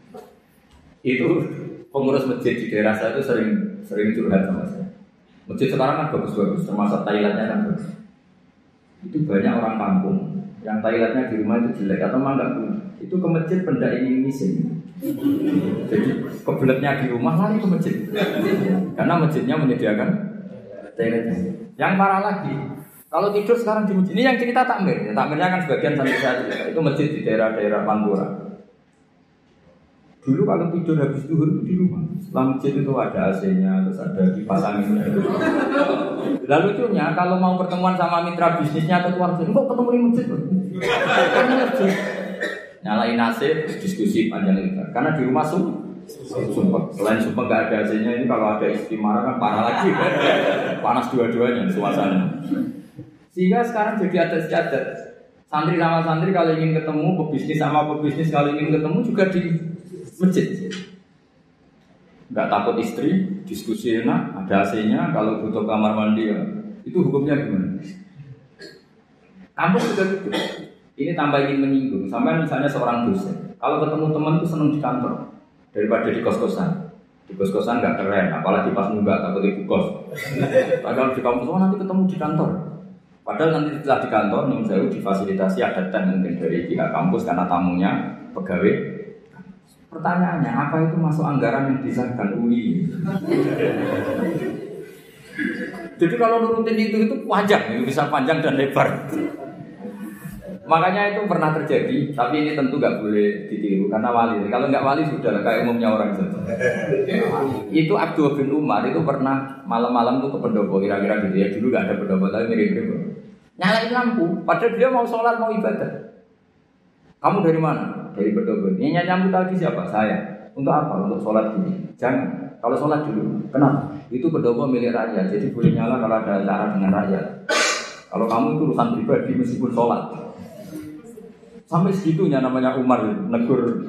Itu pengurus masjid di daerah saya itu sering sering curhat sama saya. Masjid sekarang kan bagus-bagus, termasuk toiletnya kan bagus. Itu banyak orang kampung yang toiletnya di rumah itu jelek atau memang enggak punya. Itu ke masjid benda ini missing. Jadi kebeletnya di rumah lari ke masjid. Karena masjidnya menyediakan toiletnya. Yang parah lagi, kalau tidur sekarang di masjid. Ini yang cerita takmir. Ya, takmirnya kan sebagian santri saya. Itu masjid di daerah-daerah Pantura. Dulu kalau tidur habis zuhur itu di rumah. Setelah masjid itu ada A C-nya, terus ada kipas angin. Lalu lucunya kalau mau pertemuan sama mitra bisnisnya atau keluarga, kok ketemu di masjid? masjid. Nyalain A C, diskusi panjang lebar. Karena di rumah sumpah. Sumpah. Selain sumpah nggak ada A C-nya, ini kalau ada istri marah kan parah lagi. Panas dua-duanya suasana. Sehingga sekarang jadi ada istiadat. Santri sama santri kalau ingin ketemu, pebisnis sama pebisnis kalau ingin ketemu juga di masjid. Enggak takut istri, diskusi enak, ada A C-nya, kalau butuh kamar mandi ya. Itu hukumnya gimana? Kampus juga gitu. Ini tambah ingin menyinggung. Sampai misalnya seorang dosen, kalau ketemu teman itu senang di kantor daripada di kos-kosan. Di kos-kosan enggak keren, apalagi pas munggah takut ibu kos. Padahal di kampus, oh nanti ketemu di kantor. Padahal nanti setelah di kantor, nih saya difasilitasi ada teh mungkin dari pihak kampus karena tamunya pegawai. Pertanyaannya, apa itu masuk anggaran yang disahkan U I? Jadi kalau nurutin itu itu panjang, itu bisa panjang dan lebar. Makanya itu pernah terjadi, tapi ini tentu nggak boleh ditiru karena wali. Kalau nggak wali sudah kayak umumnya orang saja. Itu Abdul bin Umar itu pernah malam-malam tuh ke pendopo kira-kira gitu ya. Dulu nggak ada pendopo tapi mirip-mirip. Nyalain lampu, padahal dia mau sholat mau ibadah. Kamu dari mana? Dari pendopo. Ini nyambut tadi siapa? Saya. Untuk apa? Untuk sholat gini. Jangan. Kalau sholat dulu. Kenapa? Itu pendopo milik rakyat. Jadi boleh nyala kalau ada acara dengan rakyat. Kalau kamu itu urusan pribadi meskipun sholat. Sampai segitunya namanya Umar negur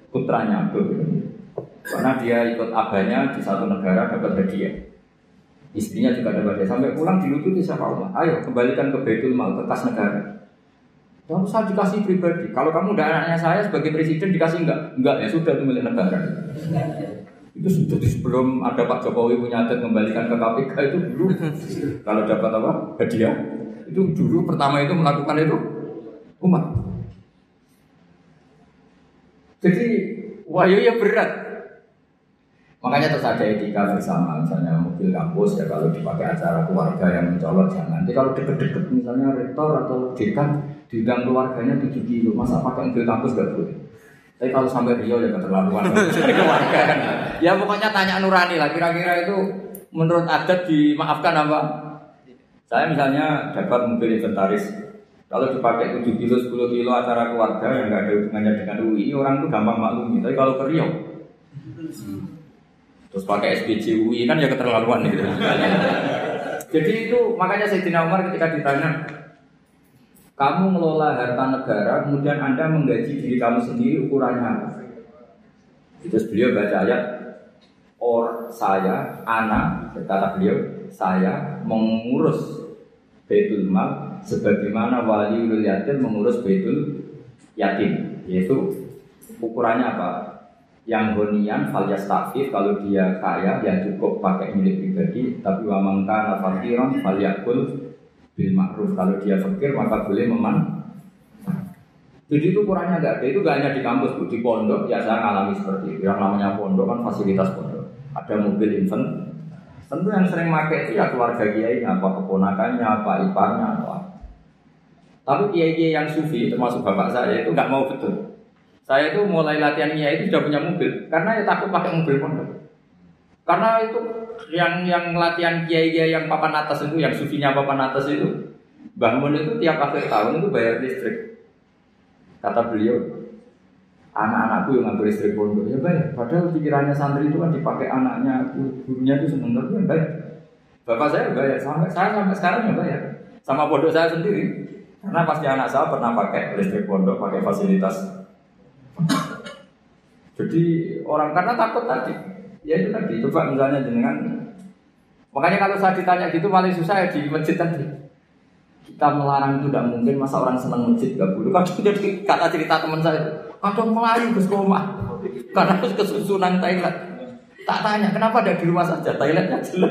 putranya Abdul. Karena dia ikut abahnya di satu negara dapat hadiah. Istrinya juga ada badai. Sampai pulang dilucuti siapa Allah. Ayo kembalikan ke Baitul Mal, ke kas negara. Kalau saya dikasih pribadi. Kalau kamu udah anaknya saya sebagai presiden dikasih enggak? Enggak ya sudah itu milik negara. Itu sudah sebelum ada Pak Jokowi punya adat kembalikan ke K P K itu dulu. Kalau dapat apa? Hadiah. Itu dulu pertama itu melakukan itu umat. Jadi wahyu ya berat. Makanya terus ada etika bersama, misalnya mobil kampus ya kalau dipakai acara keluarga yang mencolok jangan. Nanti kalau deket-deket misalnya rektor atau dekan diundang keluarganya tujuh kilo, masa pakai mobil kampus gak boleh. Tapi kalau sampai Rio ya keterlaluan keluarga kan. Ya pokoknya tanya nurani lah, kira-kira itu menurut adat dimaafkan apa? Saya misalnya dapat mobil inventaris, kalau dipakai tujuh kilo, sepuluh kilo acara keluarga yang gak ada hubungannya dengan U I, orang itu gampang maklumi. Tapi kalau ke Rio terus pakai S P J U I kan ya keterlaluan gitu. Jadi itu makanya Sayyidina Umar ketika ditanya, kamu ngelola harta negara, kemudian Anda menggaji diri kamu sendiri, ukurannya apa? Terus beliau baca ayat, or saya, anak, kata beliau, saya mengurus Baitul Mal sebagaimana waliul yatim mengurus Baitul Yatim, yaitu ukurannya apa? Yang honian fal yastafif, kalau dia kaya yang cukup pakai milik pribadi, tapi wa man kana faqiran fal yakul bil ma'ruf, kalau dia fakir maka boleh meman. Jadi itu ukurannya enggak ada, itu enggak hanya di kampus, Bu, di pondok ya saya ngalami seperti itu. Yang namanya pondok kan fasilitas pondok. Ada mobil infant. Tentu yang sering pakai itu ya keluarga kiai, apa keponakannya, apa iparnya, apa. Tapi kiai-kiai yang sufi termasuk bapak saya itu enggak mau betul. Saya itu mulai latihan kiai itu sudah punya mobil, karena ya takut pakai mobil pondok. Karena itu yang yang latihan kiai-kiai yang papan atas itu, yang sufinya papan atas itu, Mbah Mun itu tiap akhir tahun itu bayar listrik. Kata beliau, anak-anakku yang ngambil listrik pondok ya bayar. Padahal pikirannya santri itu kan dipakai anaknya, gurunya itu sebenarnya ya bayar. Bapak saya bayar, sampai saya sampai sekarang ya bayar. Sama pondok saya sendiri, karena pasti anak saya pernah pakai listrik pondok, pakai fasilitas. Jadi orang karena takut tadi, ya itu tadi. Coba misalnya jenengan, makanya kalau saya ditanya gitu paling susah ya di masjid tadi. Kita melarang itu tidak mungkin, masa orang senang masjid gak boleh. Kadang jadi kata cerita teman saya, kadang melayu ke koma karena harus kesusunan toilet. Tak tanya kenapa ada di rumah saja, toiletnya jelek.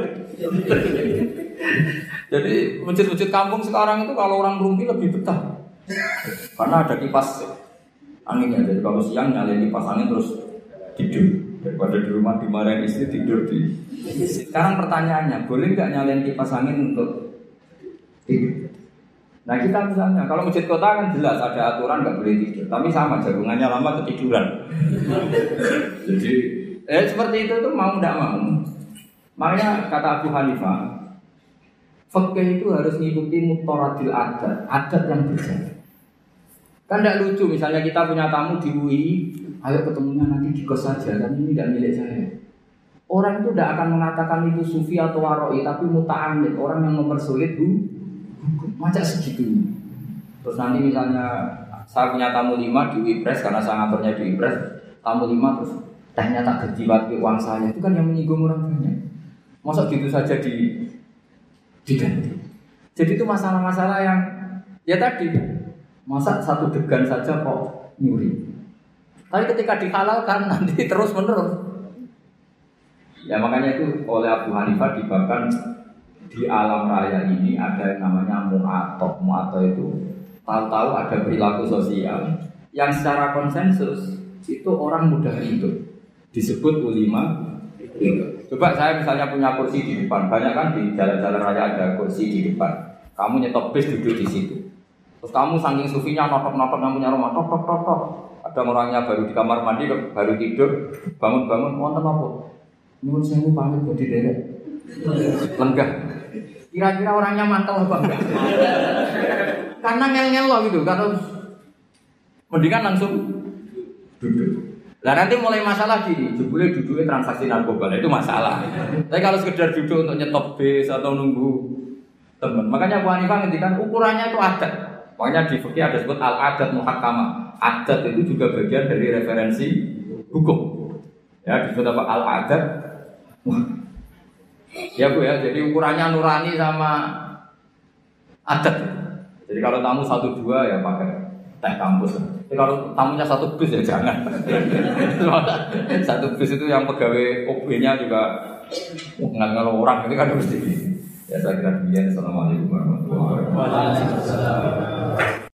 Jadi masjid-masjid kampung sekarang itu kalau orang rumpi lebih betah, karena ada kipas anginnya. Jadi kalau siang nyalain kipas angin terus tidur, daripada di rumah dimarahin istri tidur di. Sekarang pertanyaannya, boleh nggak nyalain kipas angin untuk tidur? Nah kita misalnya, kalau masjid kota kan jelas ada aturan nggak boleh tidur, tapi sama jagungannya lama ketiduran. Jadi eh seperti itu tuh mau nggak mau. Makanya kata Abu Hanifah, fikih itu harus ngikuti mutoradil adat, adat yang berjalan. Kan tidak lucu, misalnya kita punya tamu di U I, ayo ketemunya nanti di kos saja, kan ini tidak milik saya. Orang itu tidak akan mengatakan itu sufi atau waroi, tapi muta'amid, orang yang mempersulit bu, macam segitu. Terus nanti misalnya saya punya tamu lima di U I Press, karena saya ngaturnya di U I Press, tamu lima terus tehnya tak terjiwat ke uang saya, itu kan yang menyinggung orang banyak. Masa gitu saja di diganti. Jadi itu masalah-masalah yang ya tadi. Masa satu degan saja kok nyuri. Tapi ketika dihalalkan nanti terus menerus. Ya makanya itu oleh Abu Hanifah dibahkan di alam raya ini ada yang namanya mu'atok. Mu'atok itu tahu-tahu ada perilaku sosial yang secara konsensus itu orang mudah hidup. Disebut ulima. Coba saya misalnya punya kursi di depan, banyak kan di jalan-jalan raya ada kursi di depan. Kamu nyetop bis duduk di situ. Terus kamu saking sufinya notok-notok yang punya rumah, tok tok tok tok. Ada orangnya baru di kamar mandi, baru tidur, bangun-bangun, wonten apa? Nyuwun sewu pamit bodi derek. Lenggah. Kira-kira orangnya mantel apa enggak? Karena ngel-ngel loh gitu, kalau mendingan langsung duduk. Lah nanti mulai masalah gini, jebule duduknya transaksi narkoba, itu masalah. Tapi kalau sekedar duduk untuk nyetop bis atau nunggu teman, makanya Bu Hanifah ngendikan ukurannya itu adat. Makanya di fikih ada sebut al-adat muhakkamah. Adat itu juga bagian dari referensi hukum. Ya disebut apa al-adat. Ya Bu ya, jadi ukurannya nurani sama adat. Jadi kalau tamu satu dua ya pakai teh kampus. Tapi kalau tamunya satu bis ya jangan. Satu bis itu yang pegawai O B-nya juga nggak orang itu kan mesti. Ya saya kira demikian. Assalamualaikum warahmatullahi wabarakatuh.